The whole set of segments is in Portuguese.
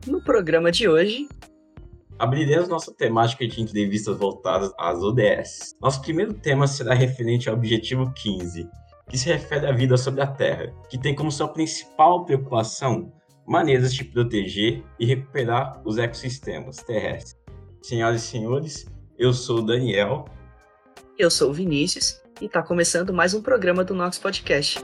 No programa de hoje, abriremos nossa temática de entrevistas voltadas às ODS. Nosso primeiro tema será referente ao Objetivo 15, que se refere à vida sobre a Terra, que tem como sua principal preocupação maneiras de proteger e recuperar os ecossistemas terrestres. Senhoras e senhores, eu sou o Daniel. eu sou o Vinícius e está começando mais um programa do nosso podcast.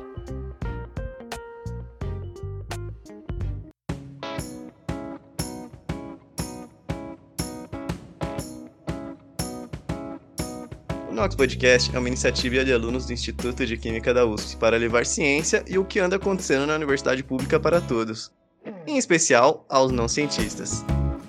O Nox Podcast é uma iniciativa de alunos do Instituto de Química da USP para levar ciência e o que anda acontecendo na universidade pública para todos, em especial aos não cientistas.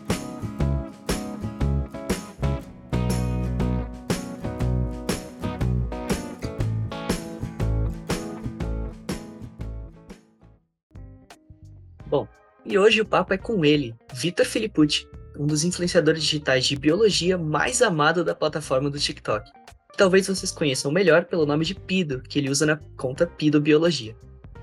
Bom, e hoje o papo é com ele, Vitor Filippucci, um dos influenciadores digitais de biologia mais amado da plataforma do TikTok. Talvez vocês conheçam melhor pelo nome de Pido, que ele usa na conta Pido Biologia.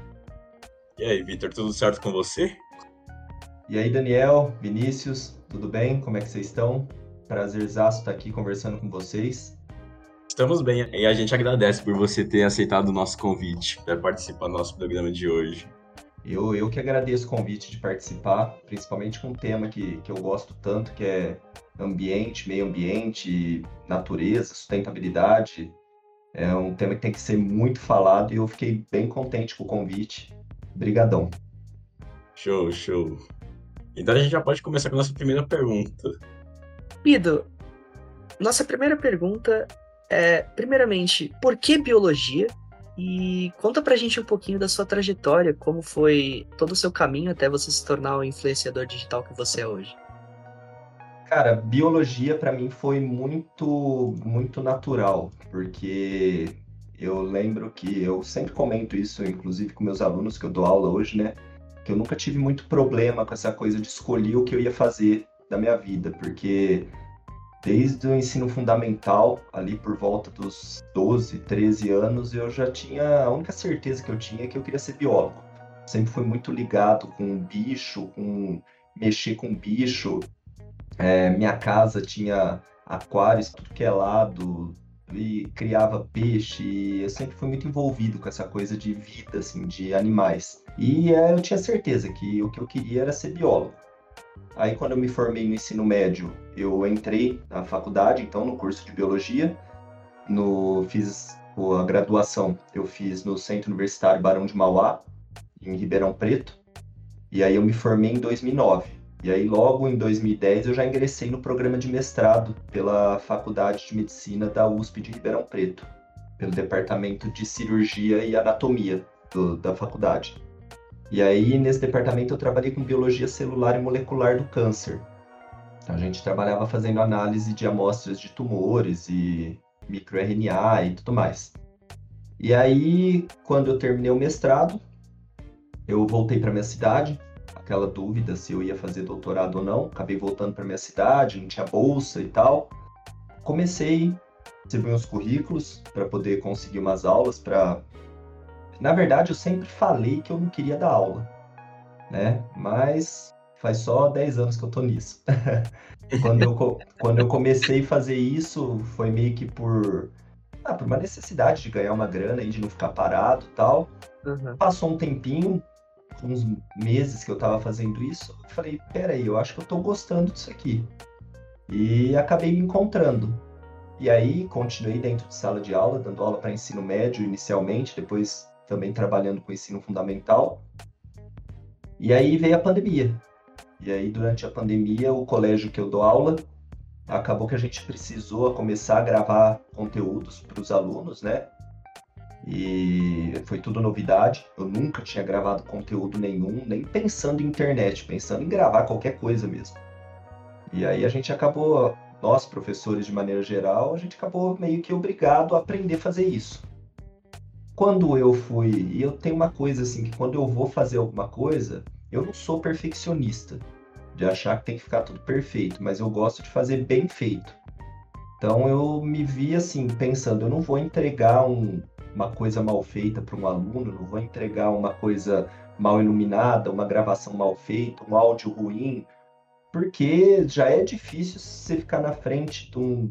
E aí, Vitor, tudo certo com você? E aí, Daniel, Vinícius, tudo bem? Como é que vocês estão? Prazerzaço estar aqui conversando com vocês. Estamos bem e a gente agradece por você ter aceitado o nosso convite para participar do nosso programa de hoje. Eu que agradeço o convite de participar, principalmente com um tema que eu gosto tanto, que é ambiente, meio ambiente, natureza, sustentabilidade. É um tema que tem que ser muito falado e eu fiquei bem contente com o convite. Obrigadão. Show. Então a gente já pode começar com a nossa primeira pergunta. Pido, nossa primeira pergunta é, primeiramente, por que biologia? E conta pra gente um pouquinho da sua trajetória, como foi todo o seu caminho até você se tornar o influenciador digital que você é hoje. Cara, biologia para mim foi muito natural, porque eu lembro que eu sempre comento isso, inclusive com meus alunos que eu dou aula hoje, né? Que eu nunca tive muito problema com essa coisa de escolher o que eu ia fazer da minha vida, porque desde o ensino fundamental, ali por volta dos 12, 13 anos, eu já tinha, a única certeza que eu tinha é que eu queria ser biólogo. Sempre fui muito ligado com bicho, com mexer com bicho. Minha casa tinha aquários, tudo que é lado, e criava peixe, e eu sempre fui muito envolvido com essa coisa de vida, assim, de animais. E eu tinha certeza que o que eu queria era ser biólogo. Aí, quando eu me formei no ensino médio, eu entrei na faculdade, então, no curso de biologia. Fiz a graduação, eu fiz no Centro Universitário Barão de Mauá, em Ribeirão Preto. E aí eu me formei em 2009. E aí, logo em 2010, eu já ingressei no programa de mestrado pela Faculdade de Medicina da USP de Ribeirão Preto, pelo Departamento de Cirurgia e Anatomia da faculdade. E aí, nesse departamento, eu trabalhei com biologia celular e molecular do câncer. Então, a gente trabalhava fazendo análise de amostras de tumores e microRNA e tudo mais. E aí, quando eu terminei o mestrado, eu voltei para minha cidade, aquela dúvida se eu ia fazer doutorado ou não. Acabei voltando para minha cidade, não tinha bolsa e tal. Comecei a receber uns currículos para poder conseguir umas aulas para... Na verdade, eu sempre falei que eu não queria dar aula, né? Mas faz só 10 anos que eu tô nisso. Quando eu comecei a fazer isso, foi meio que por uma necessidade de ganhar uma grana e de não ficar parado e tal. Uhum. Passou um tempinho, uns meses que eu tava fazendo isso, eu falei, peraí, eu acho que eu tô gostando disso aqui. E acabei me encontrando. E aí, continuei dentro de sala de aula, dando aula para ensino médio inicialmente, depois também trabalhando com ensino fundamental. E aí veio a pandemia. E aí, durante a pandemia, o colégio que eu dou aula, acabou que a gente precisou começar a gravar conteúdos para os alunos, né? E foi tudo novidade. Eu nunca tinha gravado conteúdo nenhum, nem pensando em internet, pensando em gravar qualquer coisa mesmo. E aí a gente acabou, nós professores de maneira geral, a gente acabou meio que obrigado a aprender a fazer isso. Quando eu fui, e eu tenho uma coisa assim, que quando eu vou fazer alguma coisa, eu não sou perfeccionista, de achar que tem que ficar tudo perfeito, mas eu gosto de fazer bem feito. Então eu me vi assim, pensando, eu não vou entregar uma coisa mal feita para um aluno, não vou entregar uma coisa mal iluminada, uma gravação mal feita, um áudio ruim, porque já é difícil você ficar na frente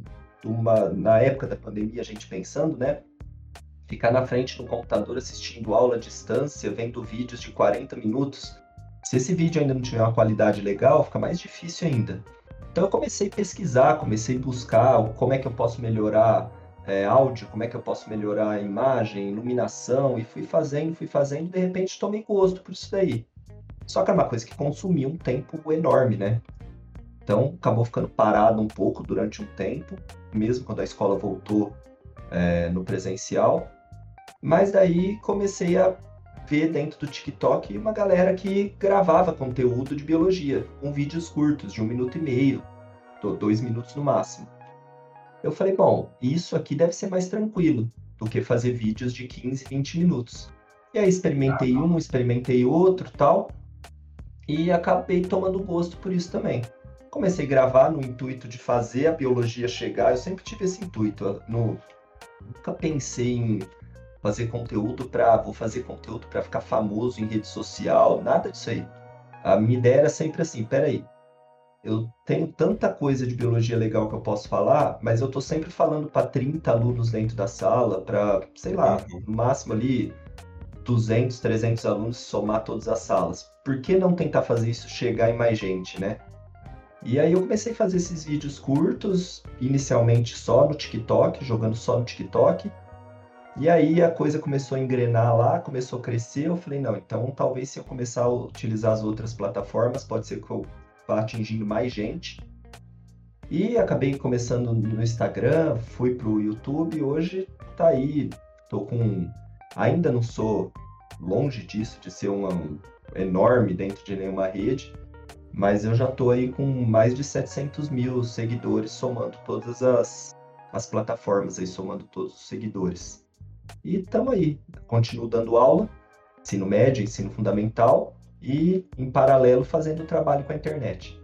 na época da pandemia, a gente pensando, né? Ficar na frente do computador assistindo aula à distância, vendo vídeos de 40 minutos. Se esse vídeo ainda não tiver uma qualidade legal, fica mais difícil ainda. Então eu comecei a pesquisar, comecei a buscar como é que eu posso melhorar áudio, como é que eu posso melhorar a imagem, iluminação, e fui fazendo, e de repente tomei gosto por isso daí. Só que é uma coisa que consumia um tempo enorme, né? Então acabou ficando parado um pouco durante um tempo, mesmo quando a escola voltou no presencial. Mas daí comecei a ver dentro do TikTok uma galera que gravava conteúdo de biologia, com vídeos curtos, de 1 minuto e meio, 2 minutos no máximo. Eu falei, bom, isso aqui deve ser mais tranquilo do que fazer vídeos de 15, 20 minutos. E aí experimentei um, experimentei outro, tal, e acabei tomando gosto por isso também. Comecei a gravar no intuito de fazer a biologia chegar, eu sempre tive esse intuito, nunca pensei em vou fazer conteúdo para ficar famoso em rede social, nada disso aí. A minha ideia era sempre assim, peraí, eu tenho tanta coisa de biologia legal que eu posso falar, mas eu tô sempre falando para 30 alunos dentro da sala, para, sei lá, no máximo ali 200, 300 alunos, somar todas as salas. Por que não tentar fazer isso chegar em mais gente, né? E aí eu comecei a fazer esses vídeos curtos, inicialmente só no TikTok, jogando só no TikTok. E aí a coisa começou a engrenar lá, começou a crescer, eu falei, não, então talvez se eu começar a utilizar as outras plataformas, pode ser que eu vá atingindo mais gente. E acabei começando no Instagram, fui pro YouTube, hoje tá aí, ainda não sou longe disso, de ser um enorme dentro de nenhuma rede, mas eu já tô aí com mais de 700 mil seguidores, somando todas as plataformas aí, somando todos os seguidores. E estamos aí, continuo dando aula, ensino médio, ensino fundamental e, em paralelo, fazendo trabalho com a internet.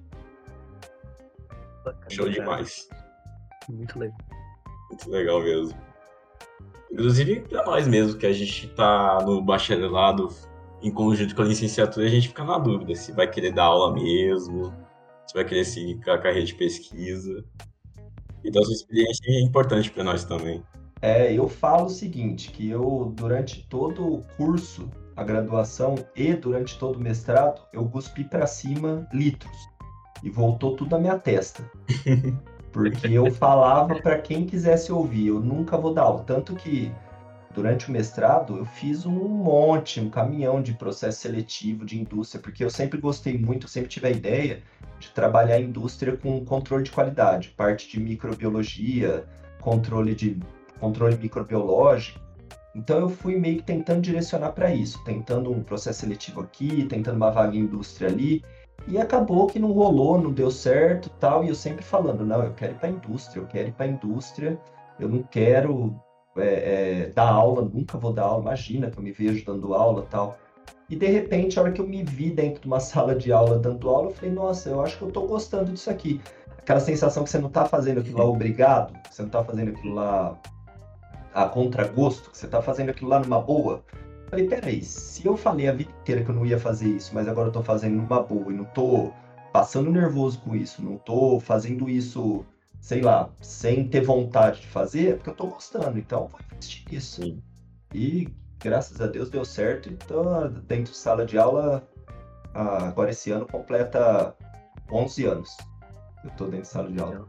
Bacana, Show cara. demais. Muito legal. Muito legal mesmo. Inclusive, pra nós mesmo, que a gente tá no bacharelado em conjunto com a licenciatura, a gente fica na dúvida se vai querer dar aula mesmo, se vai querer seguir com a carreira de pesquisa. Então, essa experiência é importante para nós também. Eu falo o seguinte, que eu, durante todo o curso, a graduação e durante todo o mestrado, eu cuspi para cima litros e voltou tudo à minha testa. Porque eu falava para quem quisesse ouvir, eu nunca vou dar aula. Tanto que, durante o mestrado, eu fiz um caminhão de processo seletivo de indústria, porque eu sempre gostei muito, eu sempre tive a ideia de trabalhar em indústria com controle de qualidade, parte de microbiologia, controle microbiológico. Então eu fui meio que tentando direcionar para isso, tentando um processo seletivo aqui, tentando uma vaga em indústria ali, e acabou que não rolou, não deu certo, tal, e eu sempre falando, não, eu quero ir para a indústria, eu não quero dar aula, nunca vou dar aula, imagina que eu me vejo dando aula, tal. E de repente, a hora que eu me vi dentro de uma sala de aula dando aula, eu falei, nossa, eu acho que eu tô gostando disso aqui. Aquela sensação que você não tá fazendo aquilo lá obrigado, que você não tá fazendo aquilo lá a contragosto, que você tá fazendo aquilo lá numa boa. Falei, peraí, se eu falei a vida inteira que eu não ia fazer isso, mas agora eu tô fazendo numa boa e não tô passando nervoso com isso, não tô fazendo isso, sei lá, sem ter vontade de fazer, é porque eu tô gostando, então vou investir nisso. Sim. E graças a Deus deu certo, então dentro de sala de aula, agora esse ano completa 11 anos. Eu tô dentro de sala de aula.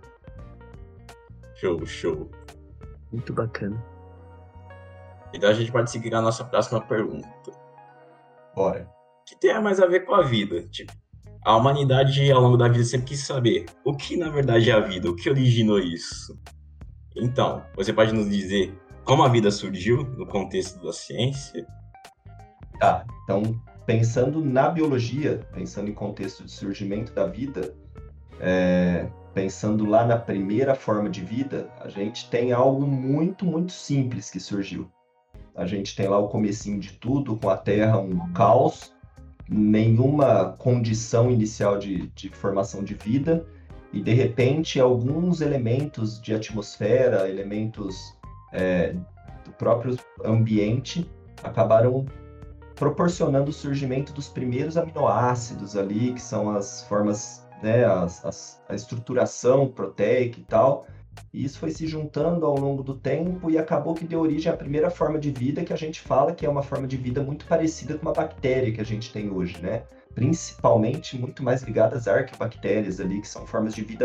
Show. Muito bacana. Então a gente pode seguir a nossa próxima pergunta. Bora. Que tem mais a ver com a vida. Tipo, a humanidade ao longo da vida sempre quis saber o que na verdade é a vida, o que originou isso. Então, você pode nos dizer como a vida surgiu no contexto da ciência? Tá, então pensando na biologia, pensando em contexto de surgimento da vida, pensando lá na primeira forma de vida, a gente tem algo muito, muito simples que surgiu. A gente tem lá o comecinho de tudo, com a Terra um caos, nenhuma condição inicial de formação de vida, e de repente alguns elementos de atmosfera, elementos do próprio ambiente, acabaram proporcionando o surgimento dos primeiros aminoácidos ali, que são as formas né, a estruturação proteica e tal. E isso foi se juntando ao longo do tempo e acabou que deu origem à primeira forma de vida que a gente fala que é uma forma de vida muito parecida com uma bactéria que a gente tem hoje, né? Principalmente muito mais ligadas a arqueobactérias ali, que são formas de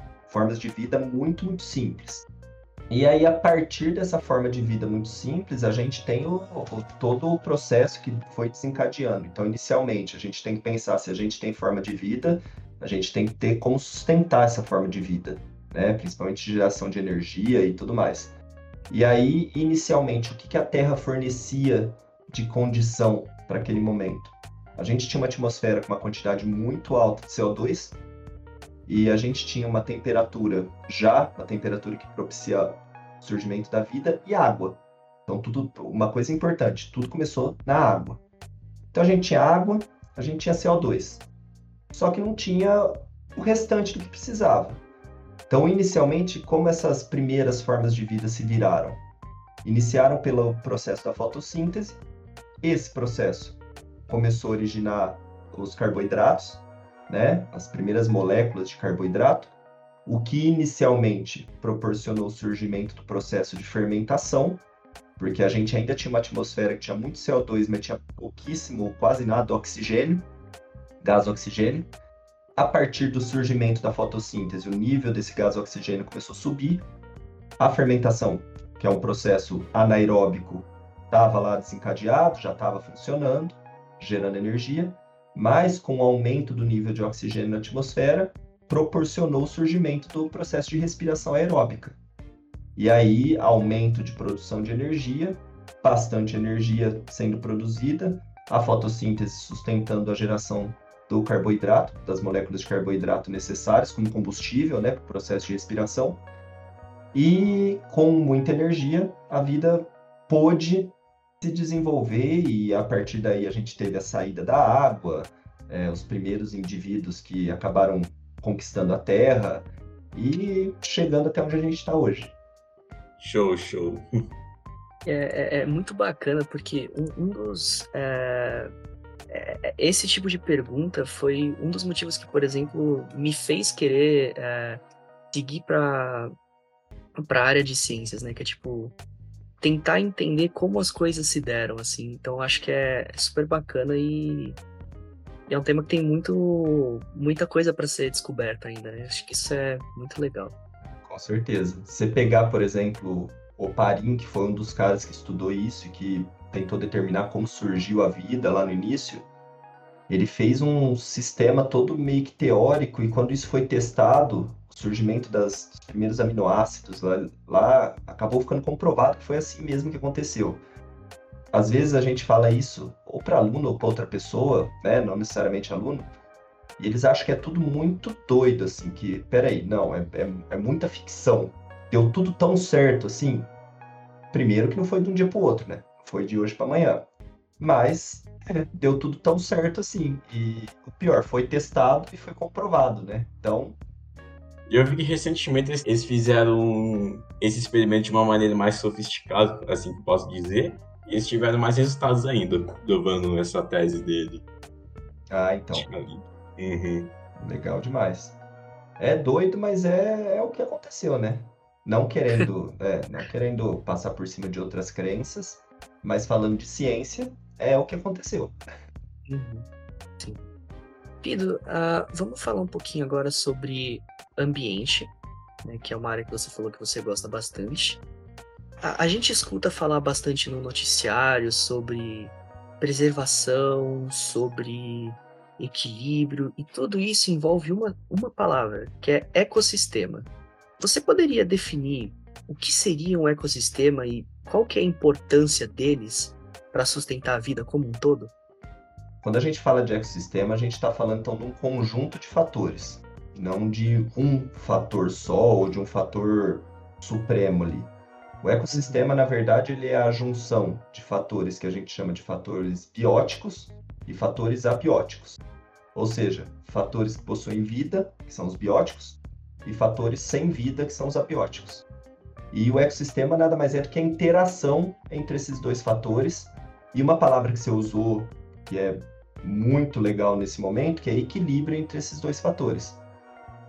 vida muito, muito simples. E aí, a partir dessa forma de vida muito simples, a gente tem todo o processo que foi desencadeando. Então, inicialmente, a gente tem que pensar se a gente tem forma de vida, a gente tem que ter como sustentar essa forma de vida, né? Principalmente geração de energia e tudo mais. E aí, inicialmente, o que a Terra fornecia de condição para aquele momento? A gente tinha uma atmosfera com uma quantidade muito alta de CO2 e a gente tinha uma temperatura que propicia o surgimento da vida e água. Então, uma coisa importante, tudo começou na água. Então, a gente tinha água, a gente tinha CO2. Só que não tinha o restante do que precisava. Então, inicialmente, como essas primeiras formas de vida se viraram? Iniciaram pelo processo da fotossíntese. Esse processo começou a originar os carboidratos, né? As primeiras moléculas de carboidrato, o que inicialmente proporcionou o surgimento do processo de fermentação, porque a gente ainda tinha uma atmosfera que tinha muito CO2, mas tinha pouquíssimo, quase nada, oxigênio, gás oxigênio. A partir do surgimento da fotossíntese, o nível desse gás oxigênio começou a subir. A fermentação, que é um processo anaeróbico, estava lá desencadeado, já estava funcionando, gerando energia, mas com o aumento do nível de oxigênio na atmosfera, proporcionou o surgimento do processo de respiração aeróbica. E aí, aumento de produção de energia, bastante energia sendo produzida, a fotossíntese sustentando a geração do carboidrato, das moléculas de carboidrato necessárias como combustível, né, para o processo de respiração. E com muita energia, a vida pôde se desenvolver e a partir daí a gente teve a saída da água, os primeiros indivíduos que acabaram conquistando a Terra e chegando até onde a gente está hoje. Show. É muito bacana porque esse tipo de pergunta foi um dos motivos que, por exemplo, me fez querer seguir para a área de ciências, né? Que é tipo tentar entender como as coisas se deram, assim. Então acho que é super bacana e é um tema que tem muita coisa para ser descoberta ainda, né? Acho que isso é muito legal. Com certeza. Se você pegar, por exemplo, o Oparin, que foi um dos caras que estudou isso e que tentou determinar como surgiu a vida lá no início, ele fez um sistema todo meio que teórico e quando isso foi testado, o surgimento dos primeiros aminoácidos lá acabou ficando comprovado que foi assim mesmo que aconteceu. Às vezes a gente fala isso ou para aluno ou para outra pessoa, né, não necessariamente aluno, e eles acham que é tudo muito doido, assim, que, peraí, não, é muita ficção. Deu tudo tão certo, assim. Primeiro que não foi de um dia para o outro, né? Foi de hoje para amanhã. Mas deu tudo tão certo, assim. E o pior, foi testado e foi comprovado, né? Então... Eu vi que recentemente eles fizeram esse experimento de uma maneira mais sofisticada, assim que posso dizer. E eles tiveram mais resultados ainda, provando essa tese dele. Ah, então. Uhum. Legal demais. É doido, mas é o que aconteceu, né? Não querendo passar por cima de outras crenças, mas falando de ciência, é o que aconteceu. Uhum. Sim. Pedro, vamos falar um pouquinho agora sobre ambiente, né, que é uma área que você falou que você gosta bastante. A gente escuta falar bastante no noticiário sobre preservação, sobre equilíbrio, e tudo isso envolve uma palavra, que é ecossistema. Você poderia definir o que seria um ecossistema e qual que é a importância deles para sustentar a vida como um todo? Quando a gente fala de ecossistema, a gente está falando então de um conjunto de fatores, não de um fator só ou de um fator supremo ali. O ecossistema, na verdade, ele é a junção de fatores que a gente chama de fatores bióticos e fatores abióticos. Ou seja, fatores que possuem vida, que são os bióticos, e fatores sem vida, que são os abióticos. E o ecossistema nada mais é do que a interação entre esses dois fatores. E uma palavra que você usou, que é muito legal nesse momento, que é equilíbrio entre esses dois fatores.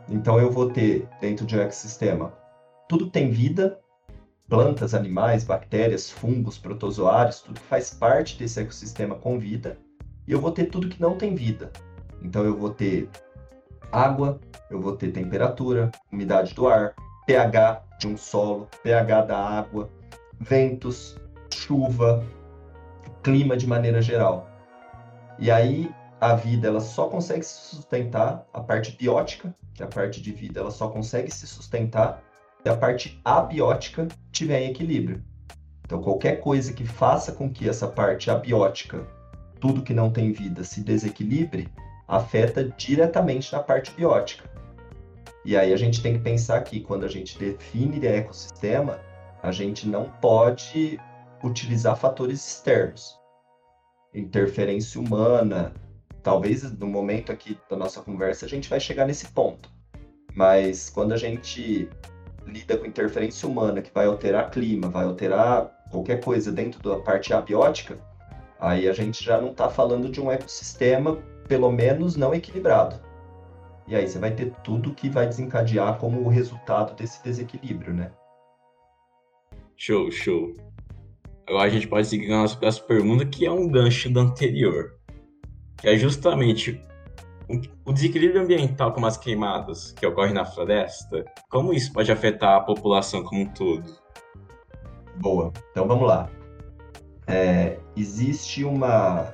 Então eu vou ter, dentro de um ecossistema, tudo que tem vida, plantas, animais, bactérias, fungos, protozoários, tudo que faz parte desse ecossistema com vida, e eu vou ter tudo que não tem vida. Então eu vou ter água, eu vou ter temperatura, umidade do ar, pH de um solo, pH da água, ventos, chuva, clima de maneira geral. E aí a vida ela só consegue se sustentar, a parte biótica, que é a parte de vida, ela só consegue se sustentar se a parte abiótica estiver em equilíbrio. Então qualquer coisa que faça com que essa parte abiótica, tudo que não tem vida, se desequilibre, afeta diretamente na parte biótica. E aí a gente tem que pensar que quando a gente define ecossistema, a gente não pode utilizar fatores externos. Interferência humana, talvez no momento aqui da nossa conversa a gente vai chegar nesse ponto. Mas quando a gente lida com interferência humana, que vai alterar clima, vai alterar qualquer coisa dentro da parte abiótica, aí a gente já não está falando de um ecossistema, pelo menos não equilibrado. E aí você vai ter tudo que vai desencadear como o resultado desse desequilíbrio, né? Show, show. Agora a gente pode seguir com a nossa próxima pergunta, que é um gancho da anterior. Que é justamente o desequilíbrio ambiental como as queimadas que ocorrem na floresta, como isso pode afetar a população como um todo? Boa. Então vamos lá. Existe uma,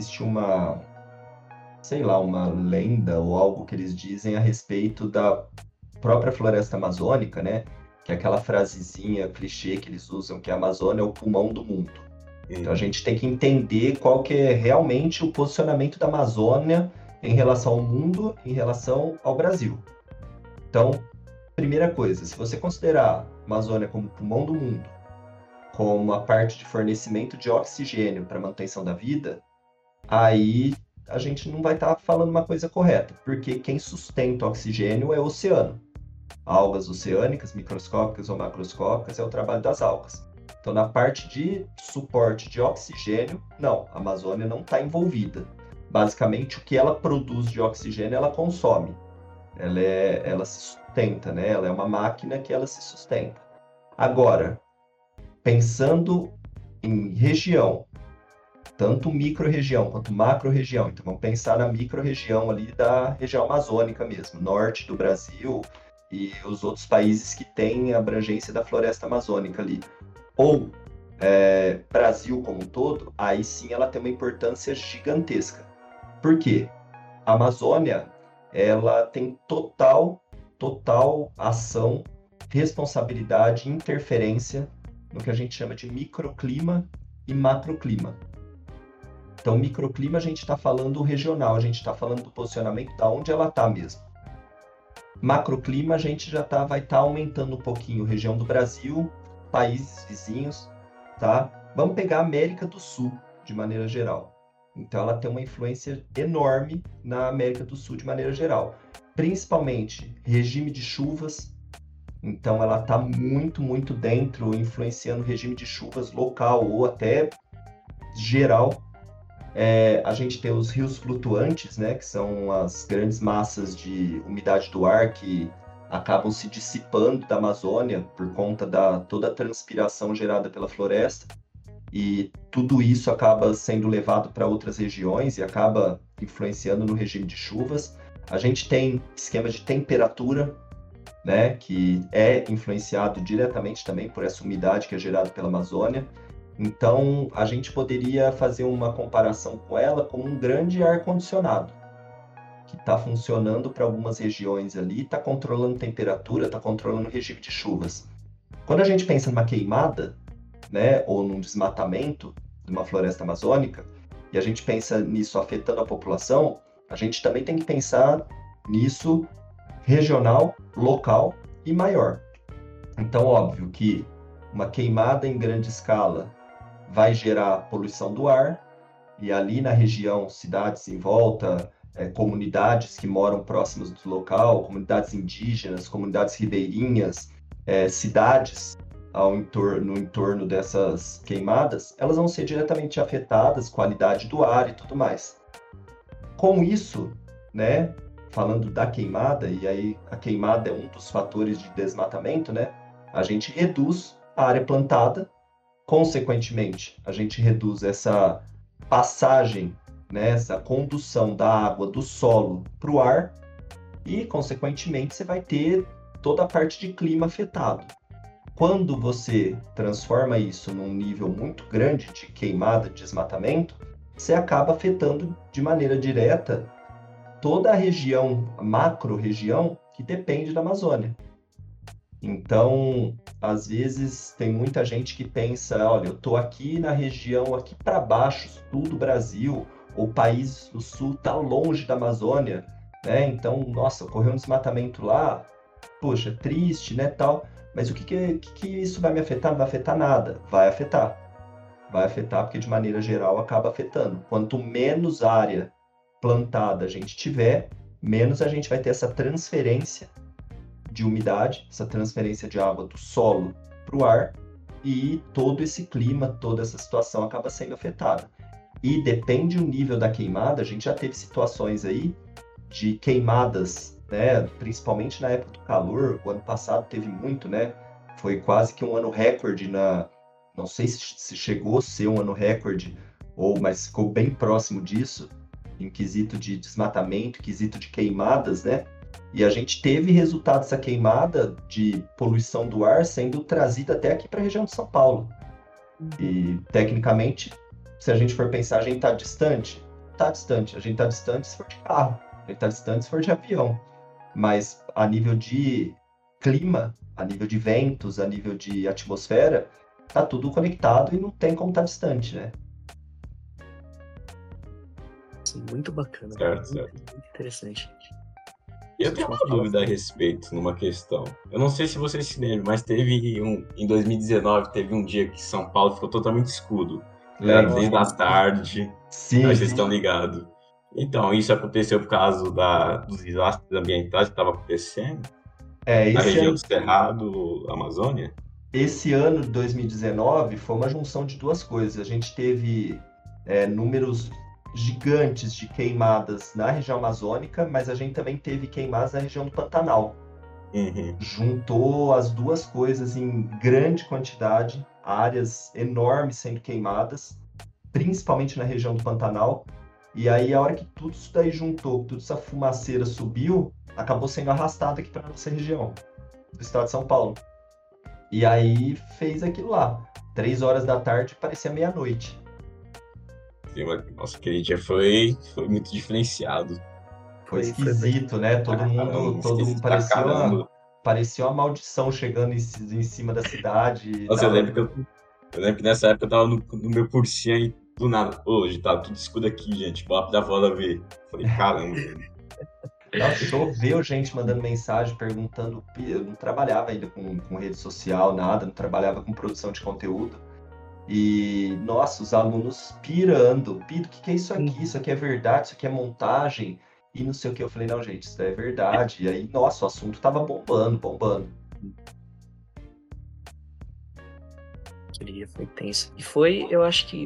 sei lá, uma lenda ou algo que eles dizem a respeito da própria floresta amazônica, né? Que é aquela frasezinha clichê que eles usam, que a Amazônia é o pulmão do mundo. Então a gente tem que entender qual que é realmente o posicionamento da Amazônia em relação ao mundo, em relação ao Brasil. Então, primeira coisa, se você considerar a Amazônia como o pulmão do mundo, como a parte de fornecimento de oxigênio para a manutenção da vida, aí a gente não vai estar falando uma coisa correta, porque quem sustenta o oxigênio é o oceano. Algas oceânicas, microscópicas ou macroscópicas, é o trabalho das algas. Então, na parte de suporte de oxigênio, não, a Amazônia não está envolvida. Basicamente, o que ela produz de oxigênio, ela consome. Ela se sustenta, né? Ela é uma máquina que ela se sustenta. Agora, pensando em região, tanto micro-região quanto macro-região, então vamos pensar na micro-região ali da região amazônica mesmo, norte do Brasil e os outros países que têm a abrangência da floresta amazônica ali. Ou Brasil como um todo, aí sim ela tem uma importância gigantesca. Por quê? A Amazônia, ela tem total ação, responsabilidade e interferência no que a gente chama de microclima e macroclima. Então, microclima a gente está falando regional, a gente está falando do posicionamento da onde ela está mesmo. Macroclima a gente já vai estar aumentando um pouquinho, região do Brasil, países vizinhos, tá? Vamos pegar a América do Sul, de maneira geral. Então, ela tem uma influência enorme na América do Sul, de maneira geral. Principalmente regime de chuvas. Então, ela está muito dentro, influenciando o regime de chuvas local ou até geral. A gente tem os rios flutuantes, né, que são as grandes massas de umidade do ar que acabam se dissipando da Amazônia por conta da toda a transpiração gerada pela floresta. E tudo isso acaba sendo levado para outras regiões e acaba influenciando no regime de chuvas. A gente tem esquema de temperatura, né, que é influenciado diretamente também por essa umidade que é gerada pela Amazônia. Então, a gente poderia fazer uma comparação com ela como um grande ar-condicionado, que está funcionando para algumas regiões ali, está controlando temperatura, está controlando o regime de chuvas. Quando a gente pensa numa queimada, né, ou num desmatamento de uma floresta amazônica, e a gente pensa nisso afetando a população, a gente também tem que pensar nisso regional, local e maior. Então, óbvio que uma queimada em grande escala vai gerar poluição do ar, e ali na região, cidades em volta, comunidades que moram próximas do local, comunidades indígenas, comunidades ribeirinhas, cidades no entorno dessas queimadas, elas vão ser diretamente afetadas, qualidade do ar e tudo mais. Com isso, né, falando da queimada, e aí a queimada é um dos fatores de desmatamento, né? A gente reduz a área plantada, consequentemente, a gente reduz essa passagem, né, essa condução da água do solo para o ar, e, consequentemente, você vai ter toda a parte de clima afetado. Quando você transforma isso num nível muito grande de queimada, de desmatamento, você acaba afetando de maneira direta toda a região, a macro-região, que depende da Amazônia. Então, às vezes, tem muita gente que pensa, olha, eu estou aqui na região, aqui para baixo, sul do Brasil, o país do sul está longe da Amazônia, né? Então, nossa, ocorreu um desmatamento lá, poxa, triste, né, tal. Mas o que isso vai me afetar? Não vai afetar nada. Vai afetar. Vai afetar porque, de maneira geral, acaba afetando. Quanto menos área plantada a gente tiver, menos a gente vai ter essa transferência de umidade, essa transferência de água do solo para o ar, e todo esse clima, toda essa situação acaba sendo afetada. E depende do nível da queimada, a gente já teve situações aí de queimadas, né, principalmente na época do calor. O ano passado teve muito, né? Foi quase que um ano recorde não sei se chegou a ser um ano recorde, mas ficou bem próximo disso, em quesito de desmatamento, quesito de queimadas, né? E a gente teve resultado dessa queimada de poluição do ar sendo trazida até aqui para a região de São Paulo. E, tecnicamente, se a gente for pensar, a gente está distante? Está distante. A gente está distante se for de carro, a gente está distante se for de avião. Mas, a nível de clima, a nível de ventos, a nível de atmosfera, está tudo conectado e não tem como estar distante, né? Sim, muito bacana. Certo. Muito interessante. E eu tenho uma dúvida a respeito numa questão. Eu não sei se vocês se lembram, mas em 2019, teve um dia que São Paulo ficou totalmente escuro. Era 3 da tarde. Sim. Aí vocês estão ligados. Então, isso aconteceu por causa dos desastres ambientais que estavam acontecendo na região do Cerrado, Amazônia? Esse ano de 2019 foi uma junção de duas coisas. A gente teve números gigantes de queimadas na região amazônica, mas a gente também teve queimadas na região do Pantanal. Uhum. Juntou as duas coisas em grande quantidade, áreas enormes sendo queimadas, principalmente na região do Pantanal. E aí, a hora que tudo isso daí juntou, toda essa fumaceira subiu, acabou sendo arrastada aqui para nossa região, do estado de São Paulo. E aí fez aquilo lá. 3 horas da tarde, parecia meia-noite. Nossa, aquele dia foi muito diferenciado. Foi esquisito, né? Todo mundo parecia uma maldição chegando em cima da cidade. Nossa, eu lembro que nessa época eu tava no meu cursinho e do nada, hoje tá tudo escuro aqui, gente, bora pra fora ver. Falei, caramba. Nossa, choveu gente mandando mensagem, perguntando. Eu não trabalhava ainda com rede social, nada, não trabalhava com produção de conteúdo. E, nossa, os alunos pirando. Pito, o que é isso aqui? Isso aqui é verdade? Isso aqui é montagem? E não sei o que. Eu falei, não, gente, isso é verdade. E aí, nossa, o assunto tava bombando. Aquele dia foi tenso. E foi, eu acho que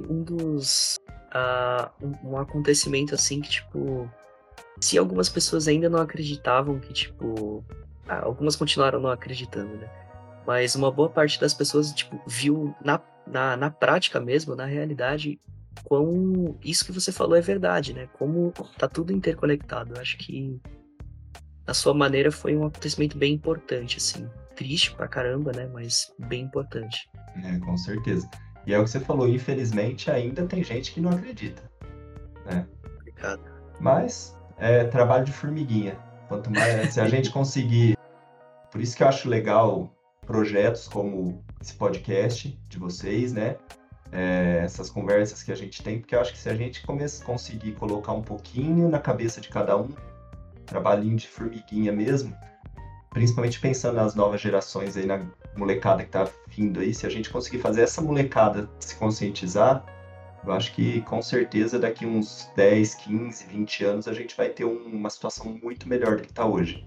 um acontecimento assim que, tipo, se algumas pessoas ainda não acreditavam que, tipo, algumas continuaram não acreditando, né? Mas uma boa parte das pessoas, tipo, viu na prática mesmo, na realidade, como isso que você falou é verdade, né? Como tá tudo interconectado. Eu acho que, da sua maneira, foi um acontecimento bem importante, assim. Triste pra caramba, né? Mas bem importante. Com certeza. E é o que você falou, infelizmente, ainda tem gente que não acredita, né? Complicado. Mas é trabalho de formiguinha. Quanto mais, se a gente conseguir... Por isso que eu acho legal projetos como esse podcast de vocês, né? Essas conversas que a gente tem, porque eu acho que se a gente conseguir colocar um pouquinho na cabeça de cada um, trabalhinho de formiguinha mesmo, principalmente pensando nas novas gerações aí, na molecada que tá vindo aí, se a gente conseguir fazer essa molecada se conscientizar, eu acho que com certeza daqui uns 10, 15, 20 anos a gente vai ter uma situação muito melhor do que tá hoje.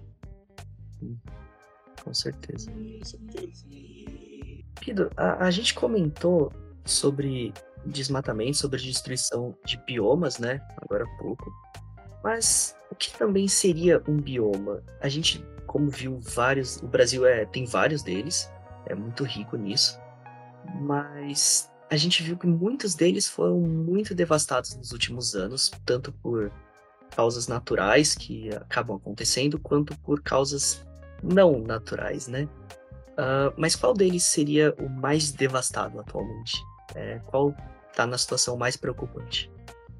Com certeza. Pido, a gente comentou sobre desmatamento, sobre destruição de biomas, né? Agora há pouco. Mas o que também seria um bioma? A gente, como viu vários, o Brasil tem vários deles, é muito rico nisso, mas a gente viu que muitos deles foram muito devastados nos últimos anos, tanto por causas naturais que acabam acontecendo, quanto por causas não naturais, né? Mas qual deles seria o mais devastado atualmente? Qual está na situação mais preocupante?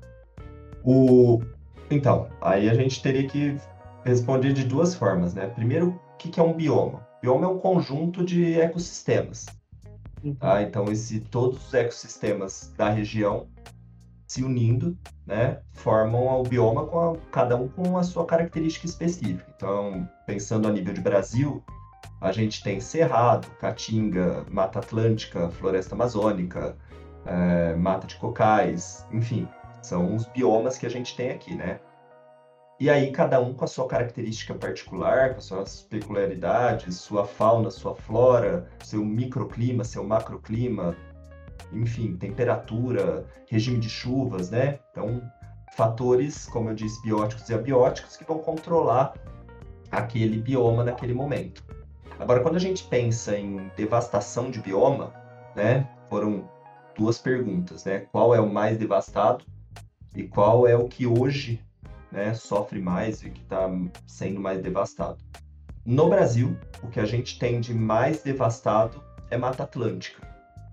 Então, aí a gente teria que responder de duas formas, né? Primeiro, o que é um bioma? Bioma é um conjunto de ecossistemas, tá? Então, todos os ecossistemas da região se unindo, né, formam o bioma cada um com a sua característica específica. Então, pensando a nível de Brasil, a gente tem Cerrado, Caatinga, Mata Atlântica, Floresta Amazônica, Mata de Cocais, enfim, são os biomas que a gente tem aqui, né? E aí, cada um com a sua característica particular, com as suas peculiaridades, sua fauna, sua flora, seu microclima, seu macroclima, enfim, temperatura, regime de chuvas, né? Então, fatores, como eu disse, bióticos e abióticos que vão controlar aquele bioma naquele momento. Agora, quando a gente pensa em devastação de bioma, né? Foram duas perguntas, né? Qual é o mais devastado e qual é o que hoje, né, sofre mais e que está sendo mais devastado. No Brasil, o que a gente tem de mais devastado é Mata Atlântica.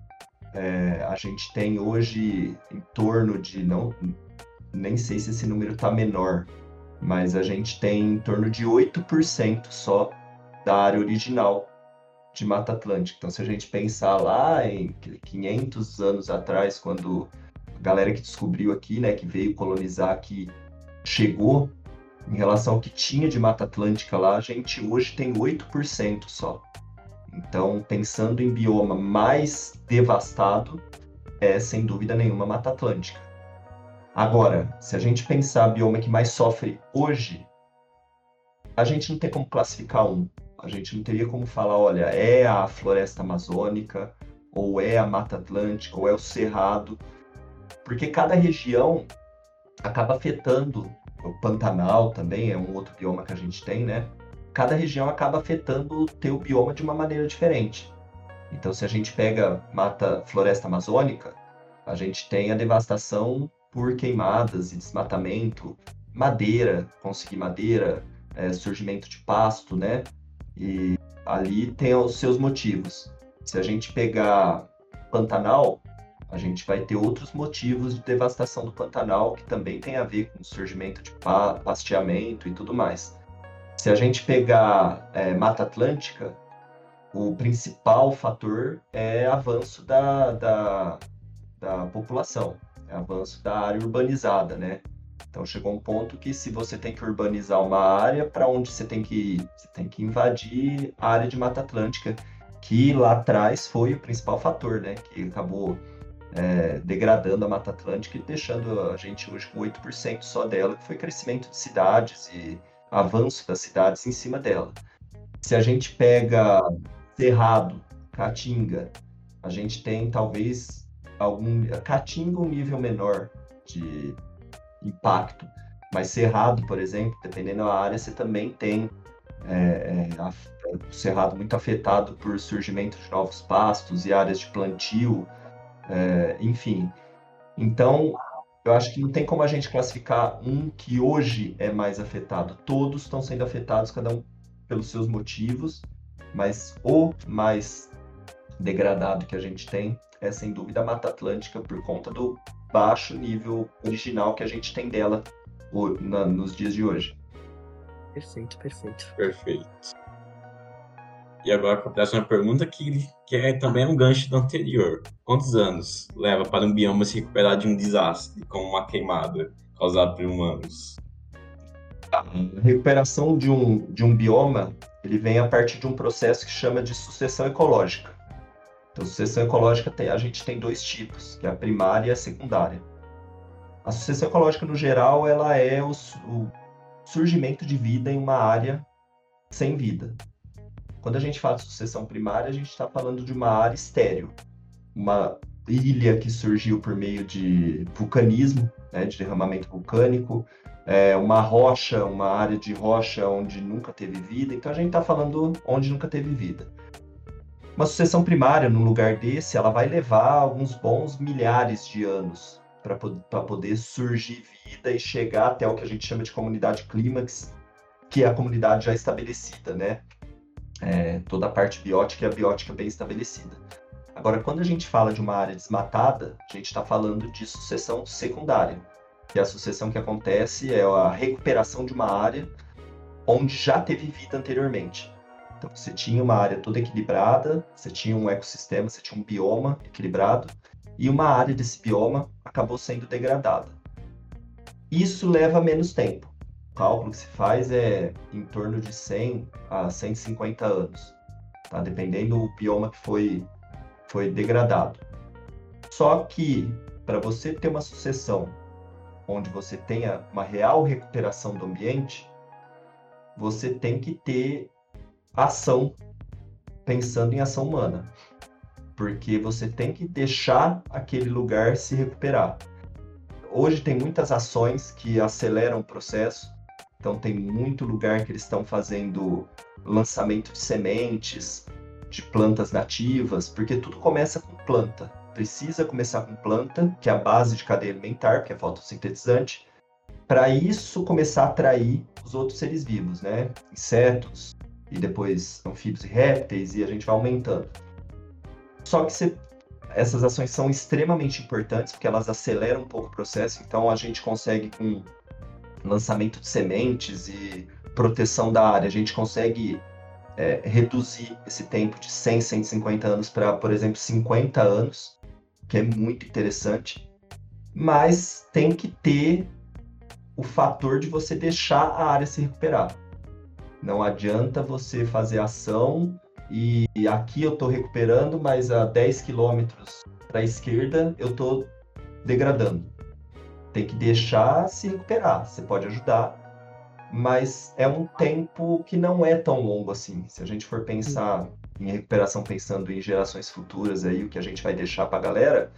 A gente tem hoje em torno de, nem sei se esse número está menor, mas a gente tem em torno de 8% só da área original de Mata Atlântica. Então, se a gente pensar lá em 500 anos atrás, quando a galera que descobriu aqui, né, que veio colonizar aqui, chegou, em relação ao que tinha de Mata Atlântica lá, a gente hoje tem 8% só. Então, pensando em bioma mais devastado, é sem dúvida nenhuma Mata Atlântica. Agora, se a gente pensar bioma que mais sofre hoje, a gente não tem como classificar um. A gente não teria como falar, olha, é a Floresta Amazônica, ou é a Mata Atlântica, ou é o Cerrado, porque cada região acaba afetando. O Pantanal também é um outro bioma que a gente tem, né? Cada região acaba afetando o teu bioma de uma maneira diferente. Então, se a gente pega floresta amazônica, a gente tem a devastação por queimadas e desmatamento, madeira, conseguir madeira, surgimento de pasto, né? E ali tem os seus motivos. Se a gente pegar Pantanal, a gente vai ter outros motivos de devastação do Pantanal que também tem a ver com o surgimento de pasteamento e tudo mais. Se a gente pegar Mata Atlântica, o principal fator é avanço da população, é avanço da área urbanizada, né? Então chegou um ponto que se você tem que urbanizar uma área, para onde você tem que ir? Você tem que invadir a área de Mata Atlântica, que lá atrás foi o principal fator, né? Que acabou degradando a Mata Atlântica e deixando a gente hoje com 8% só dela, que foi crescimento de cidades e avanço das cidades em cima dela. Se a gente pega Cerrado, Caatinga, a gente tem talvez Caatinga um nível menor de impacto, mas Cerrado, por exemplo, dependendo da área, você também tem o Cerrado muito afetado por surgimento de novos pastos e áreas de plantio, enfim. Então, eu acho que não tem como a gente classificar um que hoje é mais afetado. Todos estão sendo afetados, cada um pelos seus motivos, mas o mais degradado que a gente tem é, sem dúvida, a Mata Atlântica, por conta do baixo nível original que a gente tem dela nos dias de hoje. Perfeito, perfeito. Perfeito. E agora para a próxima pergunta, que é também um gancho do anterior. Quantos anos leva para um bioma se recuperar de um desastre, como uma queimada causada por humanos? A recuperação de um bioma, ele vem a partir de um processo que chama de sucessão ecológica. Então, sucessão ecológica, a gente tem dois tipos, que é a primária e a secundária. A sucessão ecológica, no geral, ela é o surgimento de vida em uma área sem vida. Quando a gente fala de sucessão primária, a gente está falando de uma área estéril, uma ilha que surgiu por meio de vulcanismo, né, de derramamento vulcânico, uma rocha, uma área de rocha onde nunca teve vida. Então a gente está falando onde nunca teve vida. Uma sucessão primária num lugar desse, ela vai levar alguns bons milhares de anos para poder surgir vida e chegar até o que a gente chama de comunidade clímax, que é a comunidade já estabelecida, né? Toda a parte biótica e a biótica bem estabelecida. Agora, quando a gente fala de uma área desmatada, a gente está falando de sucessão secundária, que é a sucessão que acontece, é a recuperação de uma área onde já teve vida anteriormente. Então, você tinha uma área toda equilibrada, você tinha um ecossistema, você tinha um bioma equilibrado, e uma área desse bioma acabou sendo degradada. Isso leva menos tempo. O cálculo que se faz é em torno de 100 a 150 anos, tá? Dependendo do bioma que foi degradado. Só que, para você ter uma sucessão onde você tenha uma real recuperação do ambiente, você tem que ter ação, pensando em ação humana. Porque você tem que deixar aquele lugar se recuperar. Hoje tem muitas ações que aceleram o processo. Então tem muito lugar que eles estão fazendo lançamento de sementes, de plantas nativas, porque tudo começa com planta. Precisa começar com planta, que é a base de cadeia alimentar, que é fotossintetizante, para isso começar a atrair os outros seres vivos, né? Insetos, e depois anfíbios e répteis, e a gente vai aumentando. Só que essas ações são extremamente importantes, porque elas aceleram um pouco o processo, então a gente consegue, com lançamento de sementes e proteção da área, a gente consegue reduzir esse tempo de 100, 150 anos para, por exemplo, 50 anos, que é muito interessante, mas tem que ter o fator de você deixar a área se recuperar. Não adianta você fazer ação e aqui eu estou recuperando, mas a 10 quilômetros para a esquerda eu estou degradando. Tem que deixar se recuperar. Você pode ajudar, mas é um tempo que não é tão longo assim. Se a gente for pensar em recuperação pensando em gerações futuras, aí, o que a gente vai deixar para a galera,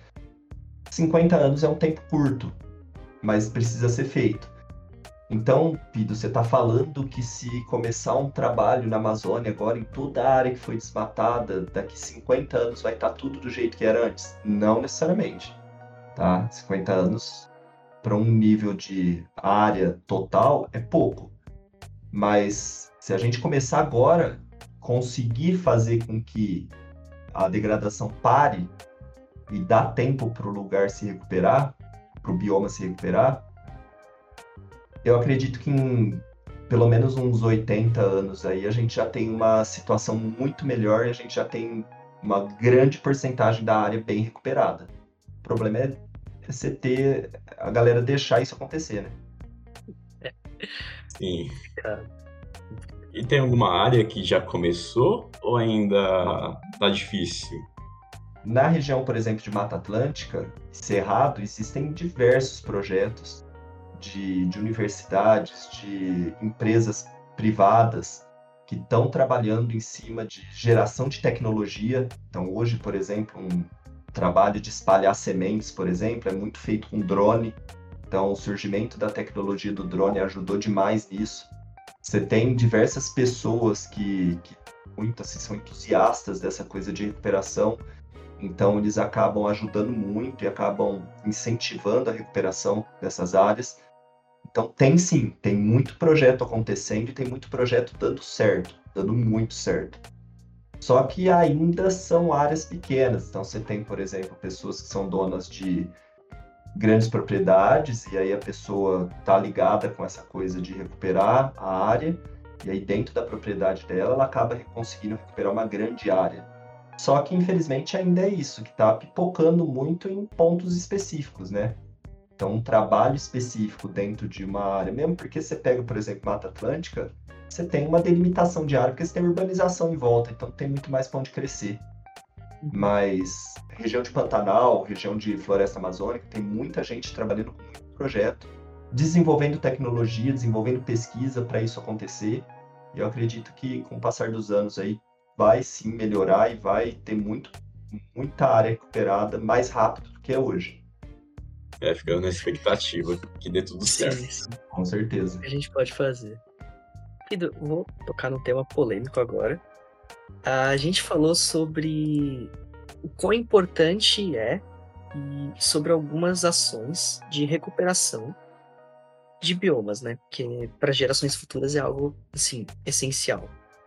50 anos é um tempo curto, mas precisa ser feito. Então, Pido, você está falando que se começar um trabalho na Amazônia agora, em toda a área que foi desmatada, daqui 50 anos vai estar tudo do jeito que era antes? Não necessariamente, tá? 50 anos para um nível de área total é pouco. Mas se a gente começar agora, conseguir fazer com que a degradação pare e dar tempo para o lugar se recuperar, para o bioma se recuperar, eu acredito que em pelo menos uns 80 anos aí a gente já tem uma situação muito melhor e a gente já tem uma grande porcentagem da área bem recuperada. O problema é você ter a galera deixar isso acontecer, né? Sim. E tem alguma área que já começou ou ainda tá difícil? Na região, por exemplo, de Mata Atlântica, Cerrado, existem diversos projetos de universidades, de empresas privadas que estão trabalhando em cima de geração de tecnologia. Então, hoje, por exemplo, um trabalho de espalhar sementes, por exemplo, é muito feito com drone. Então, o surgimento da tecnologia do drone ajudou demais nisso. Você tem diversas pessoas que muitas são entusiastas dessa coisa de recuperação. Então, eles acabam ajudando muito e acabam incentivando a recuperação dessas áreas. Então, tem muito projeto acontecendo e tem muito projeto dando certo, dando muito certo. Só que ainda são áreas pequenas. Então, você tem, por exemplo, pessoas que são donas de grandes propriedades e aí a pessoa está ligada com essa coisa de recuperar a área e aí dentro da propriedade dela, ela acaba conseguindo recuperar uma grande área. Só que, infelizmente, ainda é isso, que está pipocando muito em pontos específicos, né? Então, um trabalho específico dentro de uma área, mesmo porque você pega, por exemplo, Mata Atlântica, você tem uma delimitação de área, porque você tem urbanização em volta, então tem muito mais para onde crescer. Mas região de Pantanal, região de Floresta Amazônica, tem muita gente trabalhando com muito projeto, desenvolvendo tecnologia, desenvolvendo pesquisa para isso acontecer. E eu acredito que com o passar dos anos aí vai sim melhorar e vai ter muito muita área recuperada mais rápido do que é hoje. Ficando na expectativa que dê tudo certo. Sim. Com certeza. O que a gente pode fazer? Guido, vou tocar num tema polêmico agora. A gente falou sobre o quão importante é e sobre algumas ações de recuperação de biomas, né? Que para gerações futuras é algo, assim, essencial.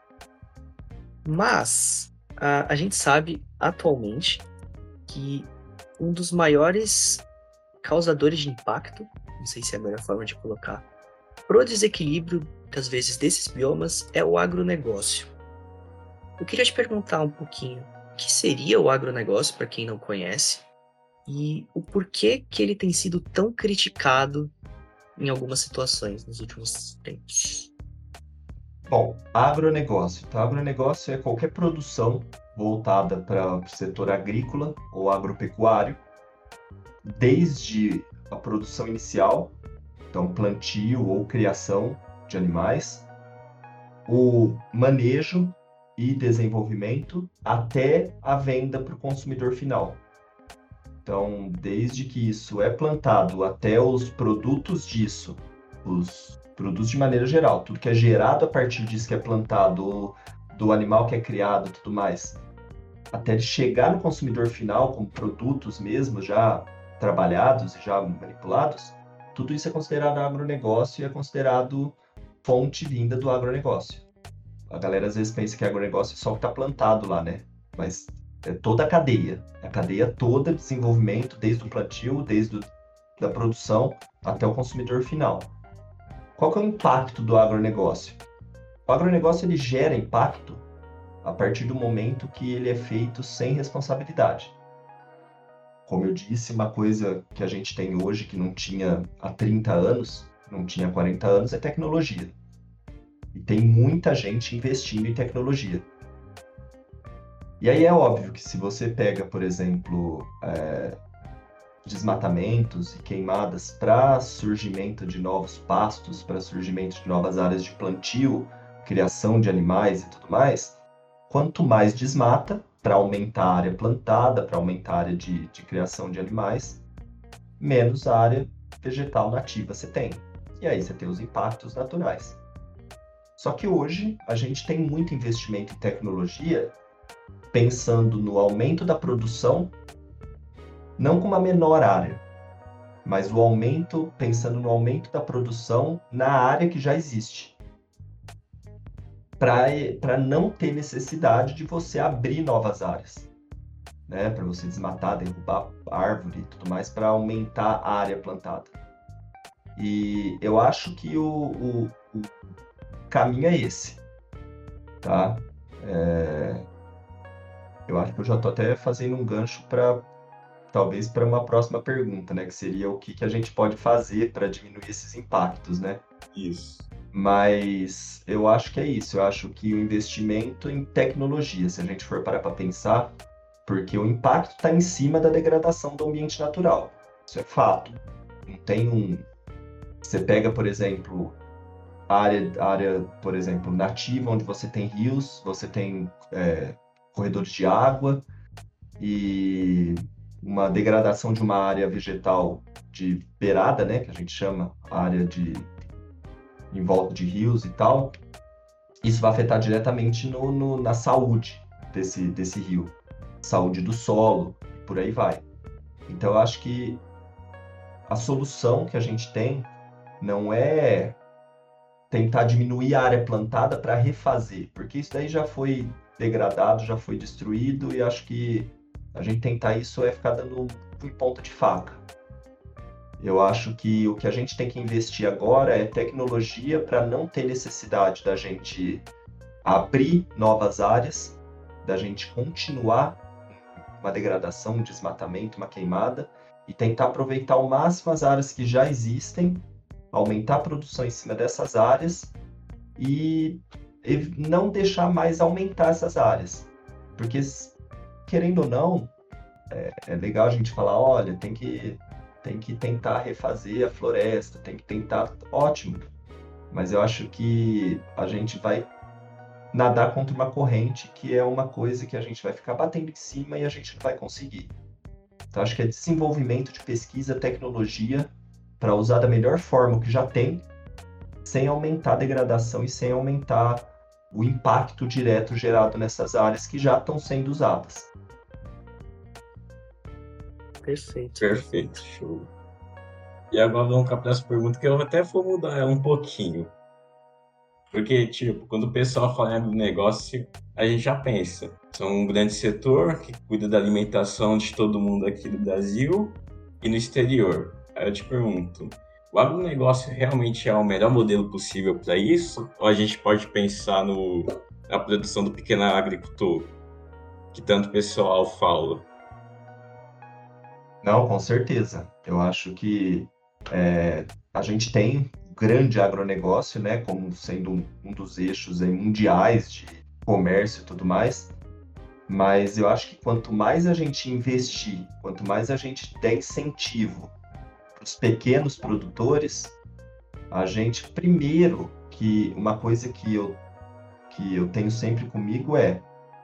Mas a gente sabe atualmente que um dos maiores causadores de impacto, não sei se é a melhor forma de colocar, pro desequilíbrio, muitas vezes, desses biomas é o agronegócio. Eu queria te perguntar um pouquinho o que seria o agronegócio, para quem não conhece, e o porquê que ele tem sido tão criticado em algumas situações nos últimos tempos. Bom, agronegócio. Então, agronegócio é qualquer produção voltada para o setor agrícola ou agropecuário, desde a produção inicial, então plantio ou criação de animais, o manejo e desenvolvimento até a venda para o consumidor final. Então, desde que isso é plantado até os produtos disso, os produtos de maneira geral, tudo que é gerado a partir disso que é plantado, do animal que é criado e tudo mais, até ele chegar no consumidor final com produtos mesmo já trabalhados e já manipulados, tudo isso é considerado agronegócio e é considerado fonte vinda do agronegócio. A galera às vezes pensa que agronegócio é só o que está plantado lá, né? Mas é toda a cadeia toda de desenvolvimento, desde o plantio, desde a produção até o consumidor final. Qual que é o impacto do agronegócio? O agronegócio ele gera impacto a partir do momento que ele é feito sem responsabilidade. Como eu disse, uma coisa que a gente tem hoje que não tinha há 30 anos, não tinha há 40 anos, é tecnologia. E tem muita gente investindo em tecnologia. E aí é óbvio que se você pega, por exemplo, desmatamentos e queimadas para surgimento de novos pastos, para surgimento de novas áreas de plantio, criação de animais e tudo mais, quanto mais desmata, para aumentar a área plantada, para aumentar a área de criação de animais, menos área vegetal nativa você tem. E aí você tem os impactos naturais. Só que hoje a gente tem muito investimento em tecnologia pensando no aumento da produção, não com uma menor área, mas pensando no aumento da produção na área que já existe. Para não ter necessidade de você abrir novas áreas, né? Para você desmatar, derrubar árvore e tudo mais, para aumentar a área plantada. E eu acho que o caminho é esse, tá? Eu acho que eu já estou até fazendo um gancho talvez para uma próxima pergunta, né? Que seria o que a gente pode fazer para diminuir esses impactos, né? Isso. Mas eu acho que é isso. Eu acho que o investimento em tecnologia, se a gente for parar para pensar, porque o impacto está em cima da degradação do ambiente natural. Isso é fato. Não tem Você pega, por exemplo, área, por exemplo, nativa, onde você tem rios, você tem corredores de água e uma degradação de uma área vegetal de beirada, né, que a gente chama área em volta de rios e tal. Isso vai afetar diretamente na saúde desse rio, saúde do solo, por aí vai. Então eu acho que a solução que a gente tem não é tentar diminuir a área plantada para refazer, porque isso daí já foi degradado, já foi destruído, e acho que a gente tentar isso é ficar dando em ponta de faca. Eu acho que o que a gente tem que investir agora é tecnologia para não ter necessidade da gente abrir novas áreas, da gente continuar uma degradação, um desmatamento, uma queimada, e tentar aproveitar ao máximo as áreas que já existem, aumentar a produção em cima dessas áreas e não deixar mais aumentar essas áreas. Porque, querendo ou não, é legal a gente falar, olha, tem que tentar refazer a floresta, tem que tentar, ótimo. Mas eu acho que a gente vai nadar contra uma corrente, que é uma coisa que a gente vai ficar batendo em cima e a gente não vai conseguir. Então, acho que é desenvolvimento de pesquisa, tecnologia, para usar da melhor forma o que já tem, sem aumentar a degradação e sem aumentar o impacto direto gerado nessas áreas que já estão sendo usadas. Perfeito. Perfeito, show. E agora vamos para a próxima pergunta, que eu até vou mudar ela um pouquinho. Porque, tipo, quando o pessoal fala do negócio, a gente já pensa. São um grande setor que cuida da alimentação de todo mundo aqui do Brasil e no exterior. Aí eu te pergunto, o agronegócio realmente é o melhor modelo possível para isso? Ou a gente pode pensar na produção do pequeno agricultor, que tanto o pessoal fala? Não, com certeza. Eu acho que a gente tem o grande agronegócio, né, como sendo um dos eixos aí mundiais de comércio e tudo mais, mas eu acho que quanto mais a gente investir, quanto mais a gente der incentivo para os pequenos produtores, a gente, primeiro, que uma coisa que eu tenho sempre comigo é,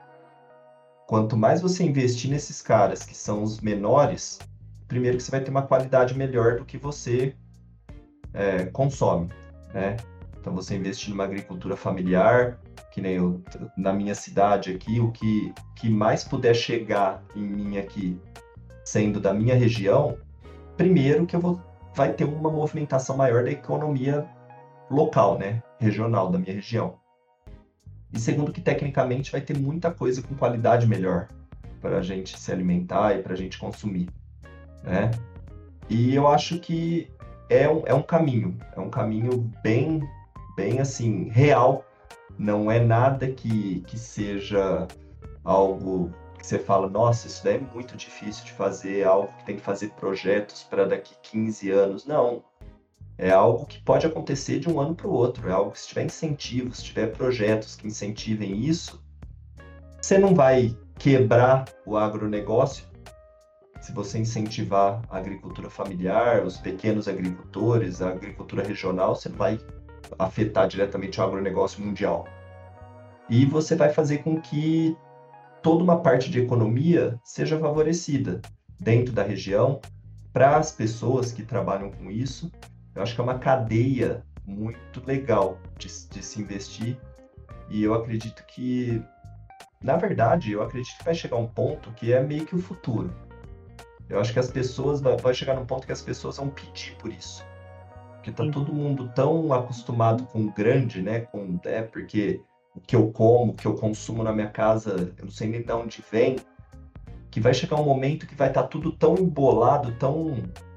quanto mais você investir nesses caras que são os menores, primeiro que você vai ter uma qualidade melhor do que você consome, né? Então, você investir numa agricultura familiar, que nem eu, na minha cidade aqui, o que mais puder chegar em mim aqui, sendo da minha região, primeiro que vai ter uma movimentação maior da economia local, né? Regional da minha região. E segundo que, tecnicamente, vai ter muita coisa com qualidade melhor para a gente se alimentar e para a gente consumir, né? E eu acho que é um caminho bem assim, real. Não é nada que seja algo que você fala, nossa, isso daí é muito difícil de fazer, é algo que tem que fazer projetos para daqui 15 anos. Não, é algo que pode acontecer de um ano para o outro, é algo que se tiver incentivos, se tiver projetos que incentivem isso, você não vai quebrar o agronegócio. Se você incentivar a agricultura familiar, os pequenos agricultores, a agricultura regional, você não vai afetar diretamente o agronegócio mundial. E você vai fazer com que toda uma parte de economia seja favorecida dentro da região para as pessoas que trabalham com isso. Eu acho que é uma cadeia muito legal de se investir. E eu acredito que, na verdade, vai chegar um ponto que é meio que o futuro. Eu acho que as pessoas vai chegar num ponto que as pessoas vão pedir por isso. Porque tá todo mundo tão acostumado com o grande, né? Porque o que eu como, o que eu consumo na minha casa, eu não sei nem de onde vem, que vai chegar um momento que vai estar tudo tão embolado, tão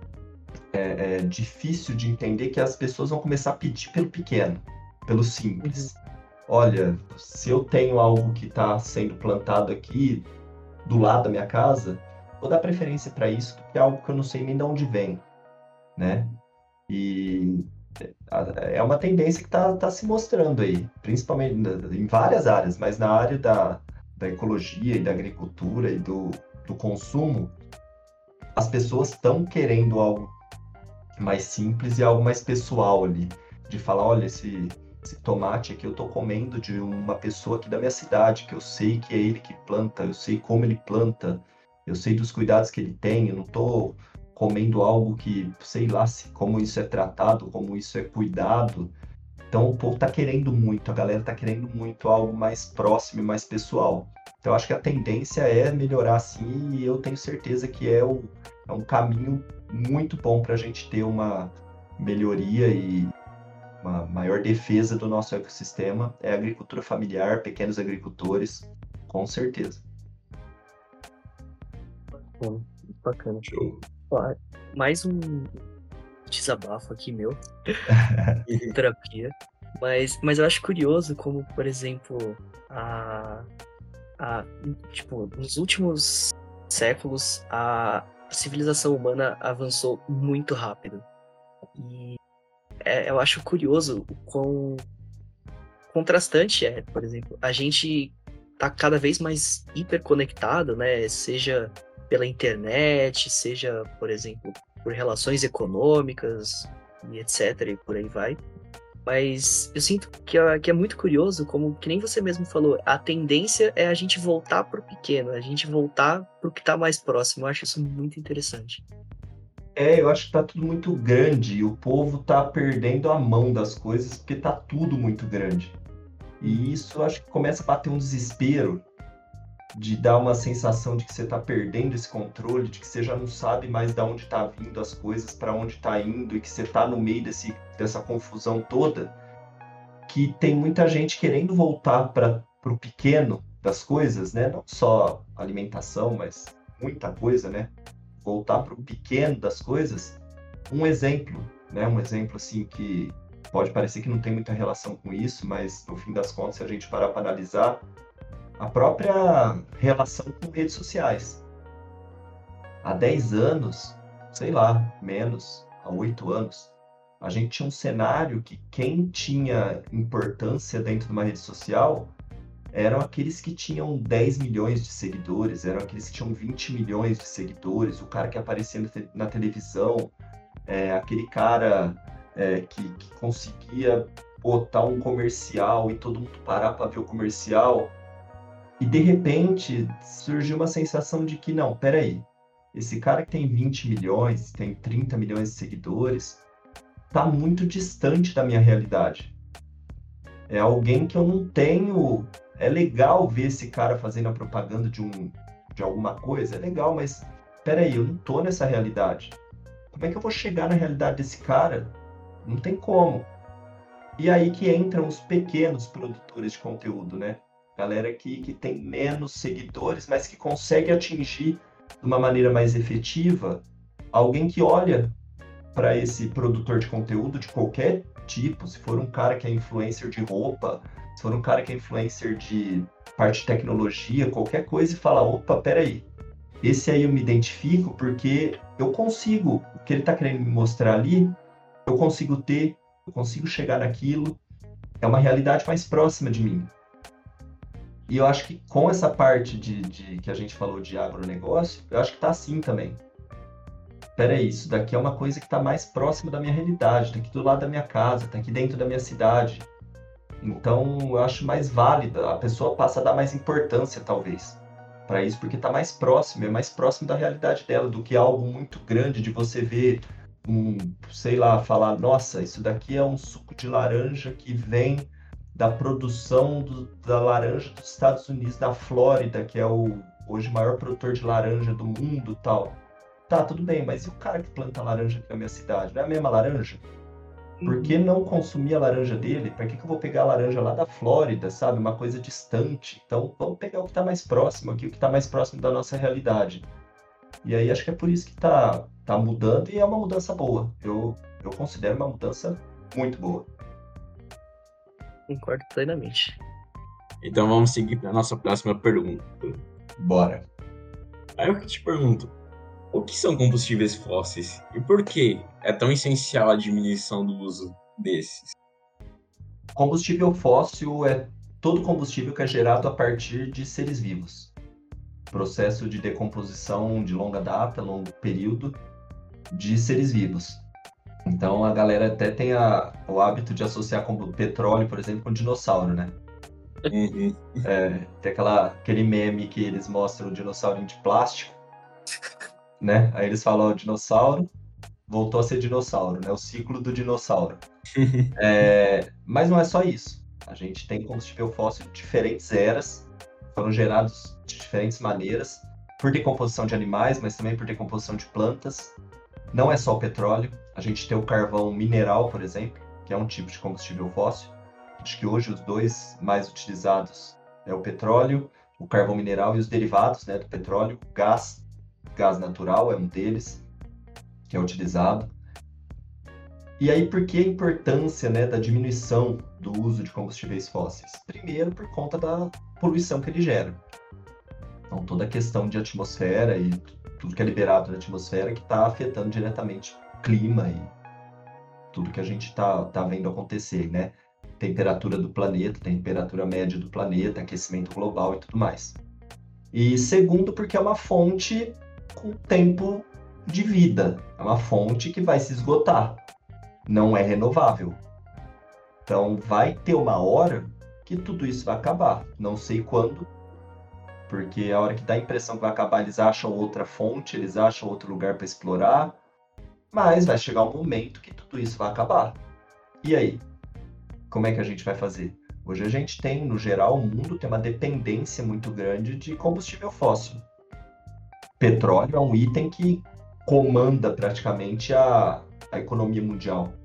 difícil de entender, que as pessoas vão começar a pedir pelo pequeno, pelo simples. Olha, se eu tenho algo que está sendo plantado aqui do lado da minha casa, vou dar preferência para isso, porque é algo que eu não sei nem de onde vem, né? E é uma tendência que está se mostrando aí, principalmente em várias áreas, mas na área da ecologia e da agricultura e do consumo, as pessoas estão querendo algo mais simples e algo mais pessoal ali, de falar, olha, esse tomate aqui eu estou comendo de uma pessoa aqui da minha cidade, que eu sei que é ele que planta, eu sei como ele planta, eu sei dos cuidados que ele tem, eu não estou comendo algo que, sei lá, como isso é tratado, como isso é cuidado. Então o povo está querendo muito, a galera está querendo muito algo mais próximo e mais pessoal. Então eu acho que a tendência é melhorar sim, e eu tenho certeza que é um caminho muito bom para a gente ter uma melhoria e uma maior defesa do nosso ecossistema. É a agricultura familiar, pequenos agricultores, com certeza. Bacana. Show. Ó, mais um desabafo aqui meu, terapia, mas eu acho curioso como, por exemplo, tipo, nos últimos séculos a civilização humana avançou muito rápido. E eu acho curioso o quão contrastante é, por exemplo, a gente tá cada vez mais hiperconectado, né? Seja pela internet, seja, por exemplo, por relações econômicas e etc, e por aí vai. Mas eu sinto que é muito curioso, como que nem você mesmo falou, a tendência é a gente voltar pro pequeno, a gente voltar pro que tá mais próximo. Eu acho isso muito interessante. Eu acho que tá tudo muito grande e o povo tá perdendo a mão das coisas porque tá tudo muito grande. E isso eu acho que começa a bater um desespero de dar uma sensação de que você tá perdendo esse controle, de que você já não sabe mais de onde tá vindo as coisas, para onde tá indo e que você tá no meio dessa confusão toda, que tem muita gente querendo voltar para o pequeno das coisas, né? Não só alimentação, mas muita coisa, né? Voltar para o pequeno das coisas. Um exemplo, né? Um exemplo assim que pode parecer que não tem muita relação com isso, mas no fim das contas, se a gente parar para analisar, a própria relação com redes sociais. Há 10 anos, sei lá, menos, há 8 anos, a gente tinha um cenário que quem tinha importância dentro de uma rede social eram aqueles que tinham 10 milhões de seguidores, eram aqueles que tinham 20 milhões de seguidores, o cara que aparecia na televisão, aquele cara que conseguia botar um comercial e todo mundo parar para ver o comercial. E de repente surgiu uma sensação de que não, peraí, esse cara que tem 20 milhões, tem 30 milhões de seguidores, está muito distante da minha realidade. É alguém que eu não tenho. É legal ver esse cara fazendo a propaganda de alguma coisa, é legal, mas peraí, eu não tô nessa realidade. Como é que eu vou chegar na realidade desse cara? Não tem como. E aí que entram os pequenos produtores de conteúdo, né? Galera que tem menos seguidores, mas que consegue atingir de uma maneira mais efetiva alguém que olha para esse produtor de conteúdo de qualquer tipo, se for um cara que é influencer de roupa, se for um cara que é influencer de parte de tecnologia, qualquer coisa, e fala, opa, peraí, esse aí eu me identifico porque eu consigo, o que ele está querendo me mostrar ali, eu consigo ter, eu consigo chegar naquilo, é uma realidade mais próxima de mim. E eu acho que com essa parte de que a gente falou de agronegócio, eu acho que está assim também. Peraí, isso daqui é uma coisa que está mais próxima da minha realidade, está aqui do lado da minha casa, está aqui dentro da minha cidade. Então, eu acho mais válida, a pessoa passa a dar mais importância, talvez, para isso, porque está mais próximo, é mais próximo da realidade dela, do que algo muito grande de você ver sei lá, falar, nossa, isso daqui é um suco de laranja que vem da produção da laranja dos Estados Unidos, da Flórida, que é hoje o maior produtor de laranja do mundo, tal. Tá, tudo bem, mas e o cara que planta laranja aqui na minha cidade? Não é a mesma laranja? Por que não consumir a laranja dele? Para que eu vou pegar a laranja lá da Flórida, sabe? Uma coisa distante. Então, vamos pegar o que está mais próximo aqui, o que está mais próximo da nossa realidade. E aí, acho que é por isso que tá mudando e é uma mudança boa. Eu considero uma mudança muito boa. Concordo plenamente. Então, vamos seguir para a nossa próxima pergunta. Bora. Aí eu te pergunto, o que são combustíveis fósseis e por que é tão essencial a diminuição do uso desses? Combustível fóssil é todo combustível que é gerado a partir de seres vivos. Processo de decomposição de longa data, longo período, de seres vivos. Então a galera até tem o hábito de associar com petróleo, por exemplo, com dinossauro, né? Uhum. Tem aquele meme que eles mostram o dinossaurinho de plástico, né? Aí eles falam, o dinossauro voltou a ser dinossauro, né? O ciclo do dinossauro. Mas não é só isso. A gente tem combustível fóssil de diferentes eras, foram gerados de diferentes maneiras, por decomposição de animais, mas também por decomposição de plantas. Não é só o petróleo. A gente tem o carvão mineral, por exemplo, que é um tipo de combustível fóssil. Acho que hoje os dois mais utilizados é o petróleo, o carvão mineral e os derivados, né, do petróleo. O gás natural é um deles, que é utilizado. E aí, por que a importância, né, da diminuição do uso de combustíveis fósseis? Primeiro, por conta da poluição que ele gera. Então, toda a questão de atmosfera e tudo que é liberado na atmosfera que está afetando diretamente o clima e tudo que a gente está vendo acontecer, né? Temperatura do planeta, temperatura média do planeta, aquecimento global e tudo mais. E segundo, porque é uma fonte com tempo de vida. É uma fonte que vai se esgotar. Não é renovável. Então, vai ter uma hora que tudo isso vai acabar. Não sei quando, porque a hora que dá a impressão que vai acabar, eles acham outra fonte, eles acham outro lugar para explorar, mas vai chegar um momento que tudo isso vai acabar. E aí? Como é que a gente vai fazer? Hoje a gente tem, no geral, o mundo tem uma dependência muito grande de combustível fóssil. Petróleo é um item que comanda praticamente a economia mundial.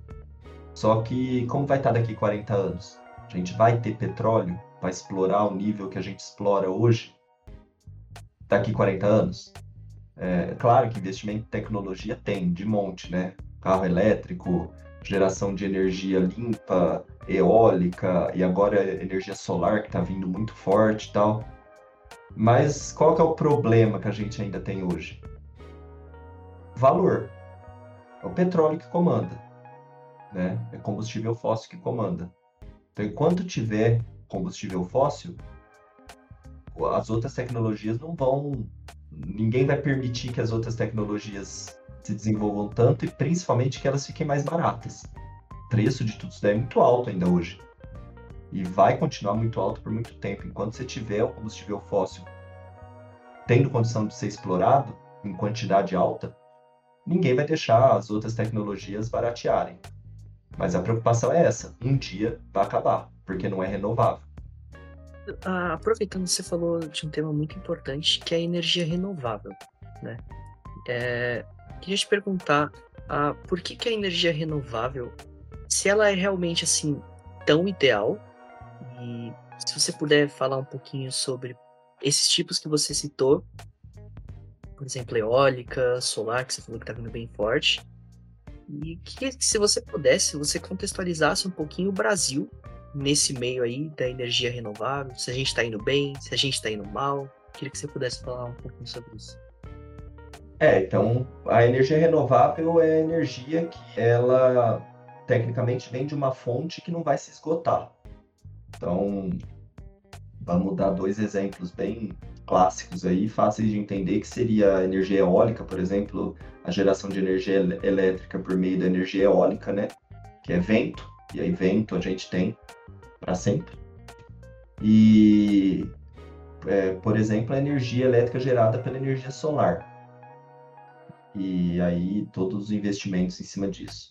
Só que como vai estar daqui 40 anos? A gente vai ter petróleo para explorar o nível que a gente explora hoje daqui 40 anos? É claro que investimento em tecnologia tem, de monte, né? Carro elétrico, geração de energia limpa, eólica e agora energia solar que está vindo muito forte e tal. Mas qual que é o problema que a gente ainda tem hoje? Valor. É o petróleo que comanda, né? É combustível fóssil que comanda. Então, enquanto tiver combustível fóssil, as outras tecnologias não vão... Ninguém vai permitir que as outras tecnologias se desenvolvam tanto e principalmente que elas fiquem mais baratas. O preço de tudo isso daí é muito alto ainda hoje. E vai continuar muito alto por muito tempo. Enquanto você tiver o combustível fóssil tendo condição de ser explorado em quantidade alta, ninguém vai deixar as outras tecnologias baratearem. Mas a preocupação é essa. Um dia vai acabar, porque não é renovável. Aproveitando que você falou de um tema muito importante, que é a energia renovável, né? Queria te perguntar, por que a energia renovável, se ela é realmente assim tão ideal, e se você puder falar um pouquinho sobre esses tipos que você citou, por exemplo, eólica, solar, que você falou que está vindo bem forte, e que se você pudesse, você contextualizasse um pouquinho o Brasil nesse meio aí da energia renovável, se a gente está indo bem, se a gente está indo mal. Queria que você pudesse falar um pouquinho sobre isso. Então, a energia renovável é a energia que ela, tecnicamente, vem de uma fonte que não vai se esgotar. Então, vamos dar 2 exemplos bem clássicos aí, fáceis de entender, que seria a energia eólica, por exemplo, a geração de energia elétrica por meio da energia eólica, né? Que é vento, e aí vento a gente tem para sempre. E, por exemplo, a energia elétrica gerada pela energia solar. E aí todos os investimentos em cima disso.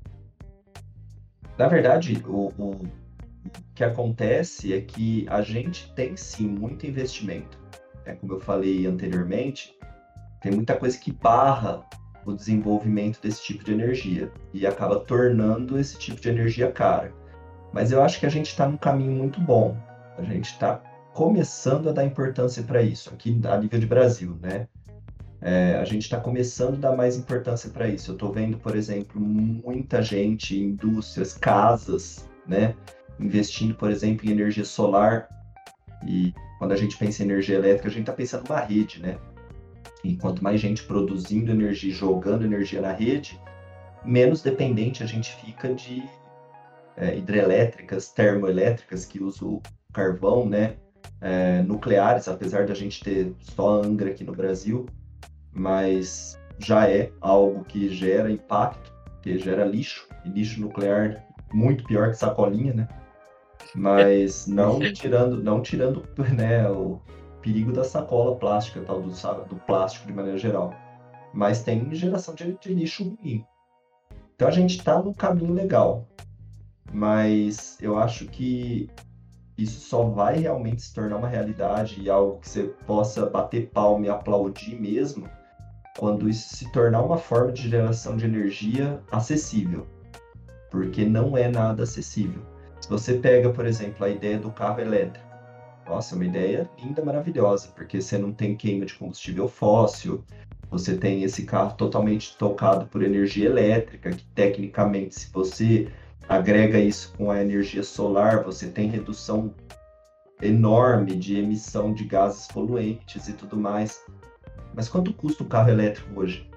Na verdade, o que acontece é que a gente tem sim muito investimento. Como eu falei anteriormente, tem muita coisa que barra o desenvolvimento desse tipo de energia e acaba tornando esse tipo de energia cara. Mas eu acho que a gente está num caminho muito bom. A gente está começando a dar importância para isso, aqui a nível de Brasil, né? A gente está começando a dar mais importância para isso. Eu estou vendo, por exemplo, muita gente, indústrias, casas, né, investindo, por exemplo, em energia solar. E quando a gente pensa em energia elétrica, a gente está pensando numa rede, né? E quanto mais gente produzindo energia, jogando energia na rede, menos dependente a gente fica de hidrelétricas, termoelétricas, que usam carvão, né? Nucleares, apesar de a gente ter só a Angra aqui no Brasil, mas já é algo que gera impacto, que gera lixo, e lixo nuclear muito pior que sacolinha, né? Mas não tirando, né, o perigo da sacola plástica, tal, do plástico de maneira geral. Mas tem geração de lixo ruim. Então a gente está num caminho legal, mas eu acho que isso só vai realmente se tornar uma realidade e algo que você possa bater palma e aplaudir mesmo quando isso se tornar uma forma de geração de energia acessível, porque não é nada acessível. Se você pega, por exemplo, a ideia do carro elétrico, nossa, é uma ideia linda, maravilhosa, porque você não tem queima de combustível fóssil, você tem esse carro totalmente tocado por energia elétrica, que tecnicamente, se você agrega isso com a energia solar, você tem redução enorme de emissão de gases poluentes e tudo mais. Mas quanto custa o carro elétrico hoje?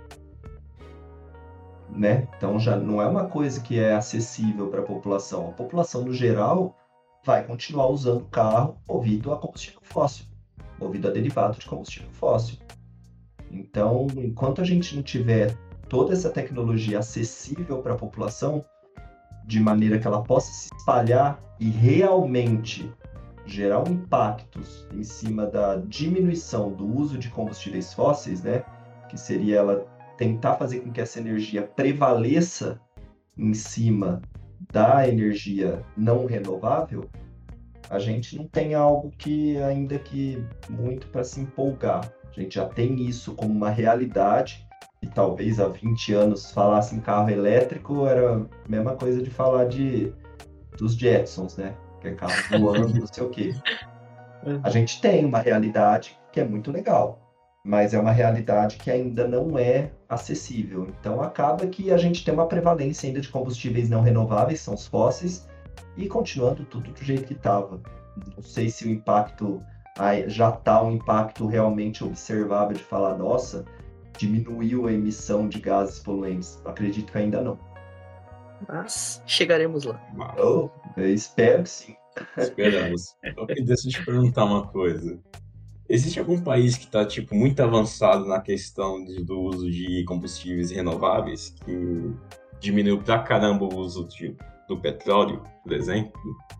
Né? Então já não é uma coisa que é acessível para a população. A população, no geral, vai continuar usando o carro movido a combustível fóssil, movido a derivado de combustível fóssil. Então, enquanto a gente não tiver toda essa tecnologia acessível para a população, de maneira que ela possa se espalhar e realmente gerar um impacto em cima da diminuição do uso de combustíveis fósseis, né? Que seria ela tentar fazer com que essa energia prevaleça em cima da energia não renovável, a gente não tem algo que ainda que muito para se empolgar. A gente já tem isso como uma realidade e talvez há 20 anos falasse em carro elétrico era a mesma coisa de falar dos Jetsons, né? Que é carro voando, não sei o quê. A gente tem uma realidade que é muito legal, mas é uma realidade que ainda não é acessível. Então acaba que a gente tem uma prevalência ainda de combustíveis não renováveis, são os fósseis, e continuando tudo do jeito que estava. Não sei se o impacto já está um impacto realmente observável de falar, nossa, diminuiu a emissão de gases poluentes. Acredito que ainda não. Mas chegaremos lá. Eu espero que sim. Esperamos. Deixa eu te perguntar uma coisa. Existe algum país que está muito avançado na questão do uso de combustíveis renováveis, que diminuiu pra caramba o uso do petróleo, por exemplo?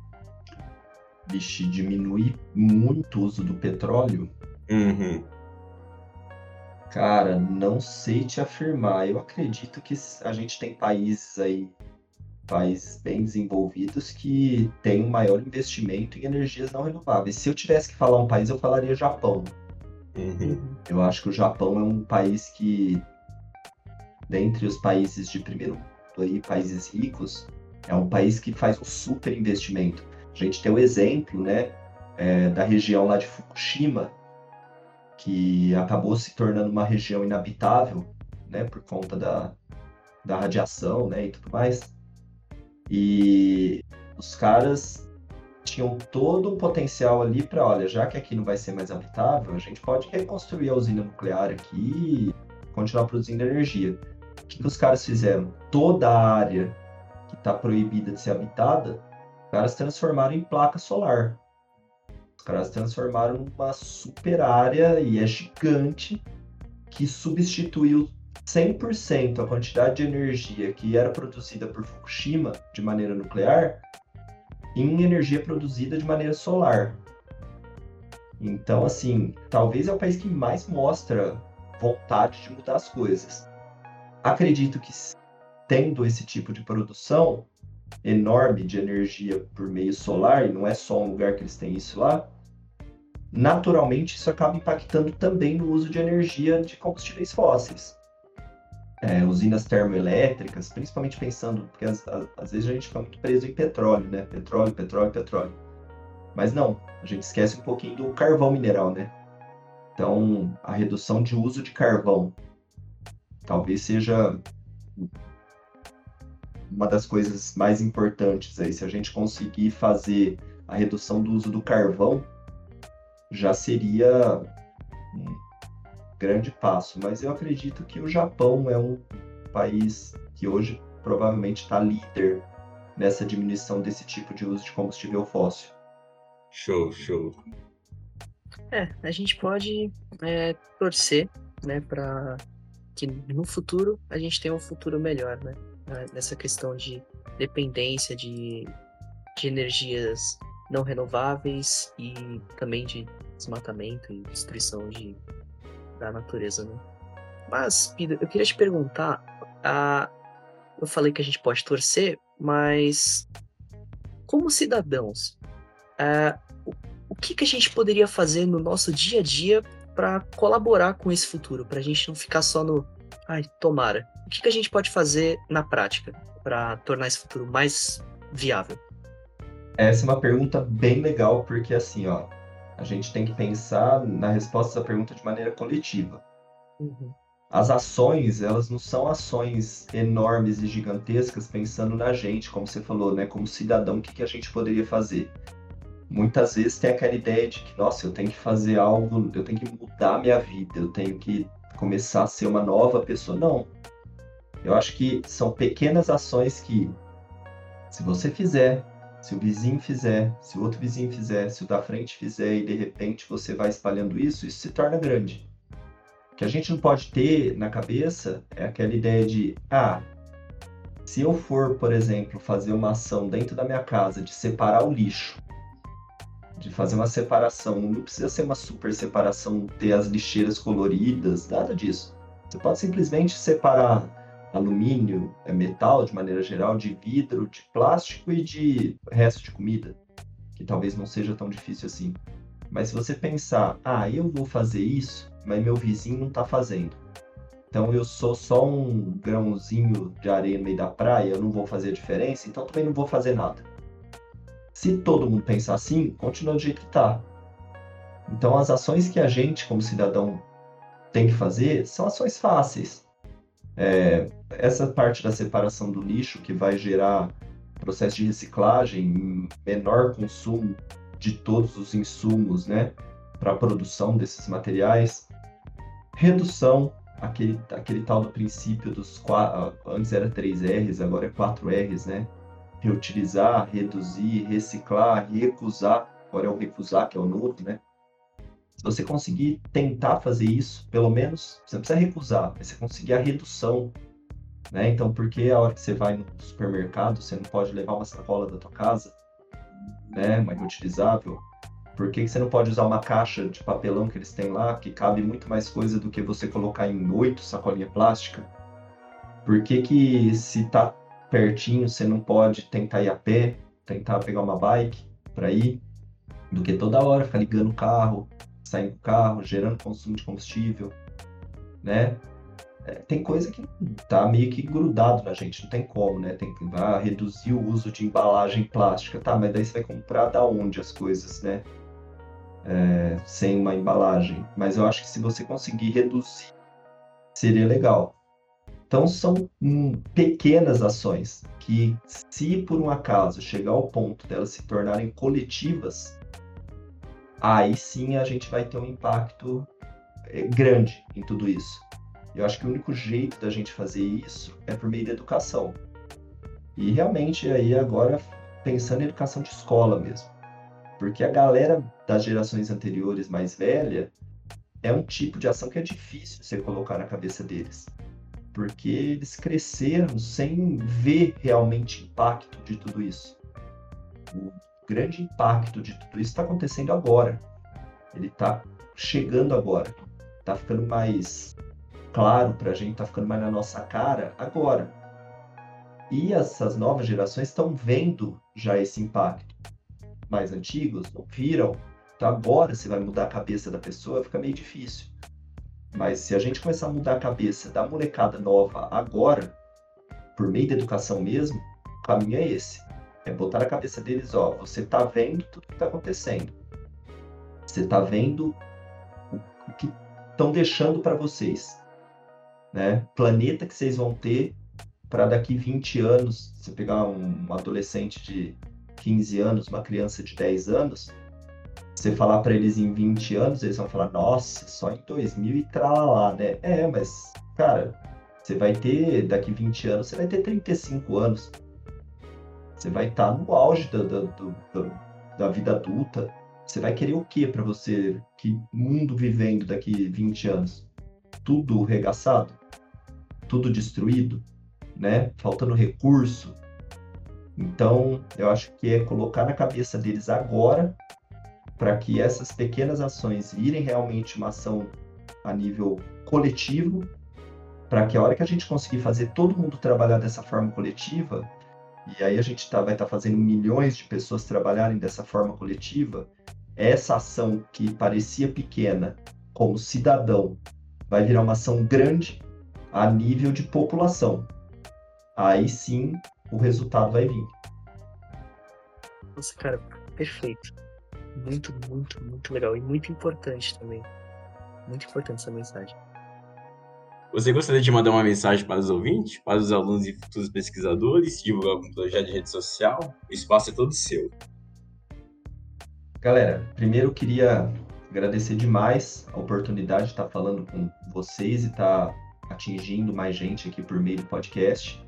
Vixe, diminui muito o uso do petróleo? Uhum. Cara, não sei te afirmar. Eu acredito que a gente tem países bem desenvolvidos que têm um maior investimento em energias não renováveis. Se eu tivesse que falar um país, eu falaria Japão. Uhum. Eu acho que o Japão é um país que, dentre os países de primeiro mundo, aí, países ricos, é um país que faz um super investimento. A gente tem o exemplo, né, da região lá de Fukushima, que acabou se tornando uma região inabitável, né, por conta da radiação, né, e tudo mais. E os caras tinham todo um potencial ali para, olha, já que aqui não vai ser mais habitável, a gente pode reconstruir a usina nuclear aqui e continuar produzindo energia. O que os caras fizeram? Toda a área que está proibida de ser habitada, os caras transformaram em placa solar. Os caras transformaram numa super área, e é gigante, que substituiu 100% a quantidade de energia que era produzida por Fukushima de maneira nuclear em energia produzida de maneira solar. Então, assim, talvez é o país que mais mostra vontade de mudar as coisas. Acredito que, tendo esse tipo de produção enorme de energia por meio solar, e não é só um lugar que eles têm isso lá, naturalmente isso acaba impactando também no uso de energia de combustíveis fósseis. Usinas termoelétricas, principalmente pensando, porque às vezes a gente fica muito preso em petróleo, né? Petróleo, petróleo, petróleo. Mas não, a gente esquece um pouquinho do carvão mineral, né? Então, a redução de uso de carvão talvez seja uma das coisas mais importantes aí. Se a gente conseguir fazer a redução do uso do carvão, já seria grande passo, mas eu acredito que o Japão é um país que hoje provavelmente está líder nessa diminuição desse tipo de uso de combustível fóssil. Show, show. A gente pode torcer, né, para que no futuro a gente tenha um futuro melhor, né, nessa questão de dependência de energias não renováveis e também de desmatamento e destruição da natureza, né? Mas, Pedro, eu queria te perguntar, eu falei que a gente pode torcer, mas como cidadãos, o que a gente poderia fazer no nosso dia a dia para colaborar com esse futuro, para a gente não ficar só no tomara. O que a gente pode fazer na prática para tornar esse futuro mais viável? Essa é uma pergunta bem legal, porque assim, a gente tem que pensar na resposta dessa pergunta de maneira coletiva. Uhum. As ações, elas não são ações enormes e gigantescas pensando na gente, como você falou, né? Como cidadão, o que a gente poderia fazer? Muitas vezes tem aquela ideia de que, nossa, eu tenho que fazer algo, eu tenho que mudar a minha vida, eu tenho que começar a ser uma nova pessoa. Não. Eu acho que são pequenas ações que, se você fizer, se o vizinho fizer, se o outro vizinho fizer, se o da frente fizer e de repente você vai espalhando isso se torna grande. O que a gente não pode ter na cabeça é aquela ideia de, Se eu for, por exemplo, fazer uma ação dentro da minha casa de separar o lixo, de fazer uma separação, não precisa ser uma super separação, ter as lixeiras coloridas, nada disso. Você pode simplesmente separar alumínio, metal de maneira geral, de vidro, de plástico e de resto de comida, que talvez não seja tão difícil assim. Mas se você pensar, eu vou fazer isso, mas meu vizinho não está fazendo. Então eu sou só um grãozinho de areia no meio da praia, eu não vou fazer a diferença, então também não vou fazer nada. Se todo mundo pensar assim, continua do jeito que está. Então as ações que a gente, como cidadão, tem que fazer são ações fáceis. Essa parte da separação do lixo que vai gerar processo de reciclagem, menor consumo de todos os insumos, né, para a produção desses materiais, redução, aquele tal do princípio dos antes era 3 R's, agora é 4 R's, né? Reutilizar, reduzir, reciclar, recusar, agora é o recusar que é o novo, né? Se você conseguir tentar fazer isso, pelo menos, você não precisa recusar, mas você conseguir a redução, né? Então, por que a hora que você vai no supermercado, você não pode levar uma sacola da tua casa, né? Uma reutilizável? Por que você não pode usar uma caixa de papelão que eles têm lá, que cabe muito mais coisa do que você colocar em 8 sacolinhas plásticas? Por que se tá pertinho, você não pode tentar ir a pé, tentar pegar uma bike para ir, do que toda hora ficar ligando o carro, saindo do carro, gerando consumo de combustível, né? Tem coisa que tá meio que grudado na gente, não tem como, né? Tem que reduzir o uso de embalagem plástica, tá? Mas daí você vai comprar da onde as coisas, né? Sem uma embalagem. Mas eu acho que se você conseguir reduzir, seria legal. Então são pequenas ações que, se por um acaso chegar ao ponto delas se tornarem coletivas, aí sim a gente vai ter um impacto grande em tudo isso. Eu acho que o único jeito da gente fazer isso é por meio da educação. E realmente aí agora pensando em educação de escola mesmo. Porque a galera das gerações anteriores mais velha é um tipo de ação que é difícil você colocar na cabeça deles. Porque eles cresceram sem ver realmente impacto de tudo isso. O grande impacto de tudo isso está acontecendo agora. Ele está chegando agora. Está ficando mais claro para a gente, está ficando mais na nossa cara agora. E essas novas gerações estão vendo já esse impacto. Mais antigos não viram. Então agora você vai mudar a cabeça da pessoa, fica meio difícil. Mas se a gente começar a mudar a cabeça da molecada nova agora, por meio da educação mesmo, o caminho é esse. É botar na cabeça deles, você tá vendo tudo que tá acontecendo. Você tá vendo o que estão deixando para vocês, né? Planeta que vocês vão ter para daqui 20 anos, você pegar um adolescente de 15 anos, uma criança de 10 anos, você falar para eles em 20 anos, eles vão falar, nossa, só em 2000 e tralalá, né? Mas, cara, você vai ter, daqui 20 anos, você vai ter 35 anos. Você vai estar no auge da vida adulta. Você vai querer o quê para você? Que mundo vivendo daqui 20 anos? Tudo regaçado? Tudo destruído? Né? Faltando recurso? Então, eu acho que é colocar na cabeça deles agora, para que essas pequenas ações virem realmente uma ação a nível coletivo, para que a hora que a gente conseguir fazer todo mundo trabalhar dessa forma coletiva, e aí a gente vai estar fazendo milhões de pessoas trabalharem dessa forma coletiva, essa ação que parecia pequena como cidadão vai virar uma ação grande a nível de população. Aí sim o resultado vai vir. Nossa, cara, perfeito. Muito, muito, muito legal. E muito importante também. Muito importante essa mensagem. Você gostaria de mandar uma mensagem para os ouvintes, para os alunos e futuros pesquisadores, divulgar algum projeto de rede social? O espaço é todo seu. Galera, primeiro eu queria agradecer demais a oportunidade de estar falando com vocês e estar atingindo mais gente aqui por meio do podcast.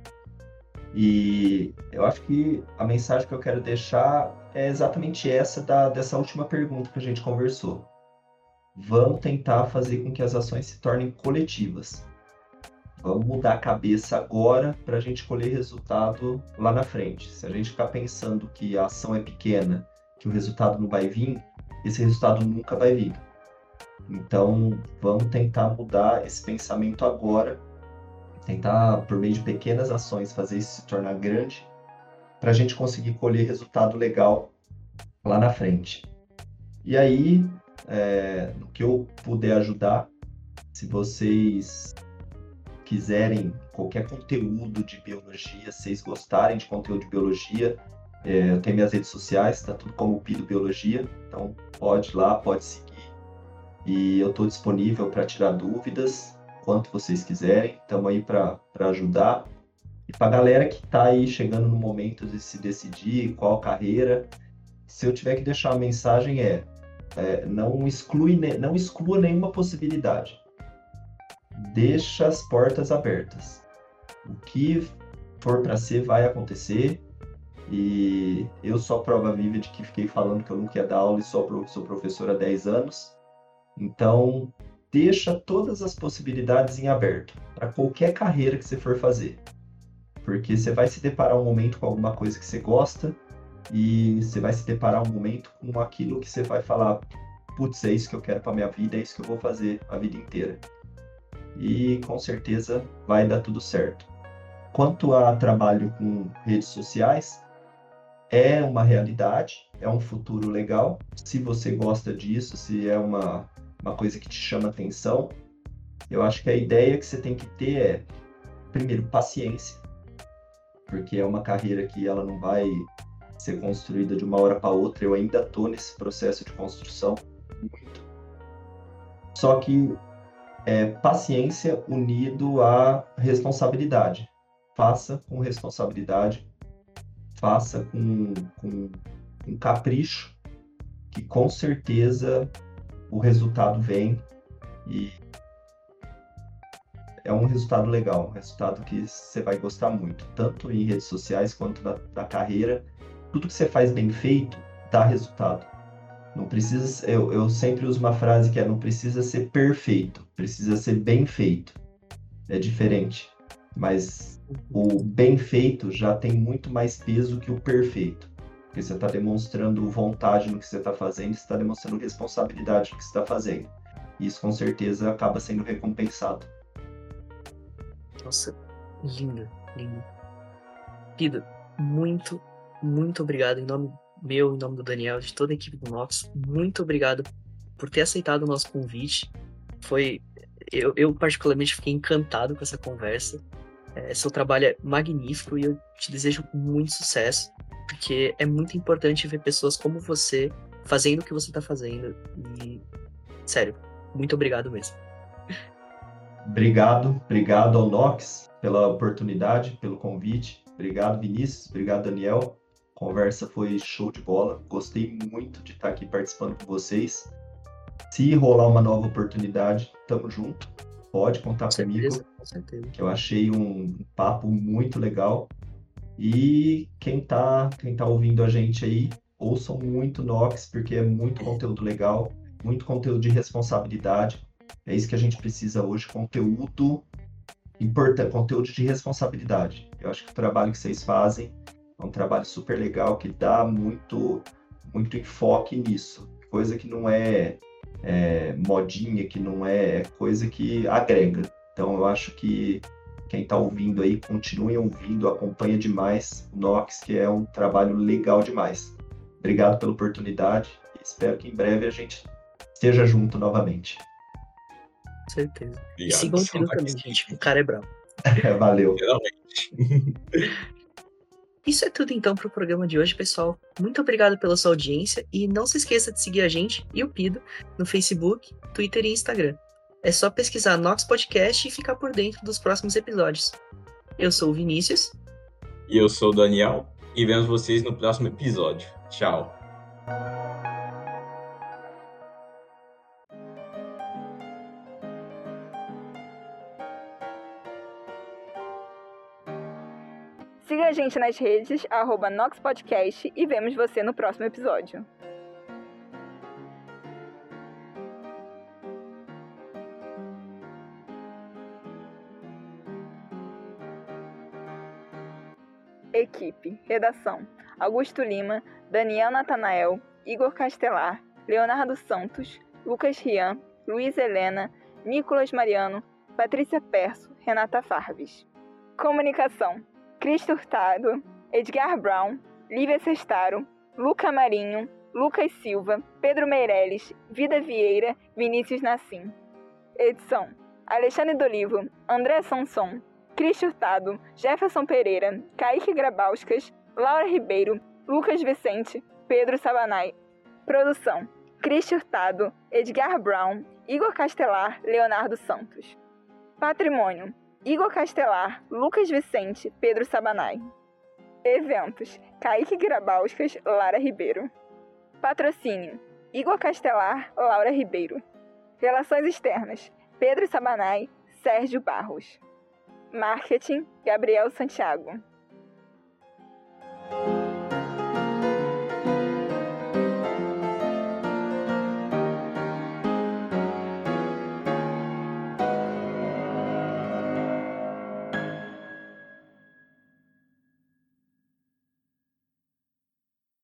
E eu acho que a mensagem que eu quero deixar é exatamente essa dessa última pergunta que a gente conversou. Vamos tentar fazer com que as ações se tornem coletivas. Vamos mudar a cabeça agora para a gente colher resultado lá na frente. Se a gente ficar pensando que a ação é pequena, que o resultado não vai vir, esse resultado nunca vai vir. Então, vamos tentar mudar esse pensamento agora, tentar, por meio de pequenas ações, fazer isso se tornar grande, para a gente conseguir colher resultado legal lá na frente. E aí, no que eu puder ajudar, se vocês quiserem qualquer conteúdo de biologia, se vocês gostarem de conteúdo de biologia, eu tenho minhas redes sociais, tá tudo como Pido Biologia, então pode ir lá, pode seguir. E eu estou disponível para tirar dúvidas, quanto vocês quiserem, estamos aí para ajudar. E para a galera que está aí chegando no momento de se decidir qual carreira, se eu tiver que deixar uma mensagem não exclua nenhuma possibilidade. Deixa as portas abertas. O que for para ser, vai acontecer. E eu sou a prova viva de que fiquei falando que eu nunca ia dar aula e sou professor há 10 anos. Então, deixa todas as possibilidades em aberto para qualquer carreira que você for fazer. Porque você vai se deparar um momento com alguma coisa que você gosta e você vai se deparar um momento com aquilo que você vai falar, putz, é isso que eu quero para minha vida, é isso que eu vou fazer a vida inteira. E com certeza vai dar tudo certo. Quanto a trabalho com redes sociais, é uma realidade, é um futuro legal. Se você gosta disso, se é uma coisa que te chama atenção, eu acho que a ideia que você tem que ter é, primeiro, paciência, porque é uma carreira que ela não vai ser construída de uma hora para outra. Eu ainda estou nesse processo de construção, muito. Só que paciência unido à responsabilidade. Faça com responsabilidade, faça com capricho, que com certeza o resultado vem e é um resultado legal, um resultado que você vai gostar muito, tanto em redes sociais quanto na carreira. Tudo que você faz bem feito dá resultado. Não precisa, eu sempre uso uma frase que não precisa ser perfeito, precisa ser bem feito. É diferente, mas o bem feito já tem muito mais peso que o perfeito, porque você está demonstrando vontade no que você está fazendo, você está demonstrando responsabilidade no que você está fazendo. E isso com certeza acaba sendo recompensado. Nossa, lindo, lindo. Pido, muito, muito obrigado em nome meu, em nome do Daniel, de toda a equipe do Nox. Muito obrigado por ter aceitado o nosso convite. Eu particularmente fiquei encantado com essa conversa. Seu trabalho é magnífico e eu te desejo muito sucesso, porque é muito importante ver pessoas como você fazendo o que você está fazendo. E, sério, muito obrigado mesmo. Obrigado ao Nox pela oportunidade, pelo convite. Obrigado, Vinícius. Obrigado, Daniel. A conversa foi show de bola. Gostei muito de estar aqui participando com vocês. Se rolar uma nova oportunidade, tamo junto. Pode contar comigo. Com certeza. Que eu achei um papo muito legal. E quem tá ouvindo a gente aí, ouçam muito Nox, porque é muito conteúdo legal, muito conteúdo de responsabilidade. É isso que a gente precisa hoje, conteúdo importante, conteúdo de responsabilidade. Eu acho que o trabalho que vocês fazem é um trabalho super legal, que dá muito enfoque nisso. Coisa que não é modinha, que não é coisa que agrega. Então eu acho que quem está ouvindo aí, continue ouvindo, acompanha demais o Nox, que é um trabalho legal demais. Obrigado pela oportunidade e espero que em breve a gente esteja junto novamente. Com certeza. Obrigado. E sigam o Pido também, gente. O cara é bravo. Valeu. Realmente. Isso é tudo então para o programa de hoje, pessoal. Muito obrigado pela sua audiência e não se esqueça de seguir a gente e o Pido no Facebook, Twitter e Instagram. É só pesquisar Nox Podcast e ficar por dentro dos próximos episódios. Eu sou o Vinícius. E eu sou o Daniel. E vemos vocês no próximo episódio. Tchau. Siga a gente nas redes, @NoxPodcast, e vemos você no próximo episódio. Equipe. Redação: Augusto Lima, Daniel Natanael, Igor Castelar, Leonardo Santos, Lucas Rian, Luiz Helena, Nicolas Mariano, Patrícia Perso, Renata Farves. Comunicação: Cristo Hurtado, Edgar Brown, Lívia Sestaro, Luca Marinho, Lucas Silva, Pedro Meirelles, Vida Vieira, Vinícius Nassim. Edição: Alexandre Dolivo, André Sanson, Cristo Hurtado, Jefferson Pereira, Kaique Grabauskas, Laura Ribeiro, Lucas Vicente, Pedro Sabanai. Produção: Cristo Hurtado, Edgar Brown, Igor Castelar, Leonardo Santos. Patrimônio: Igor Castelar, Lucas Vicente, Pedro Sabanai. Eventos: Kaique Grabauskas, Lara Ribeiro. Patrocínio: Igor Castelar, Laura Ribeiro. Relações externas: Pedro Sabanai, Sérgio Barros. Marketing: Gabriel Santiago.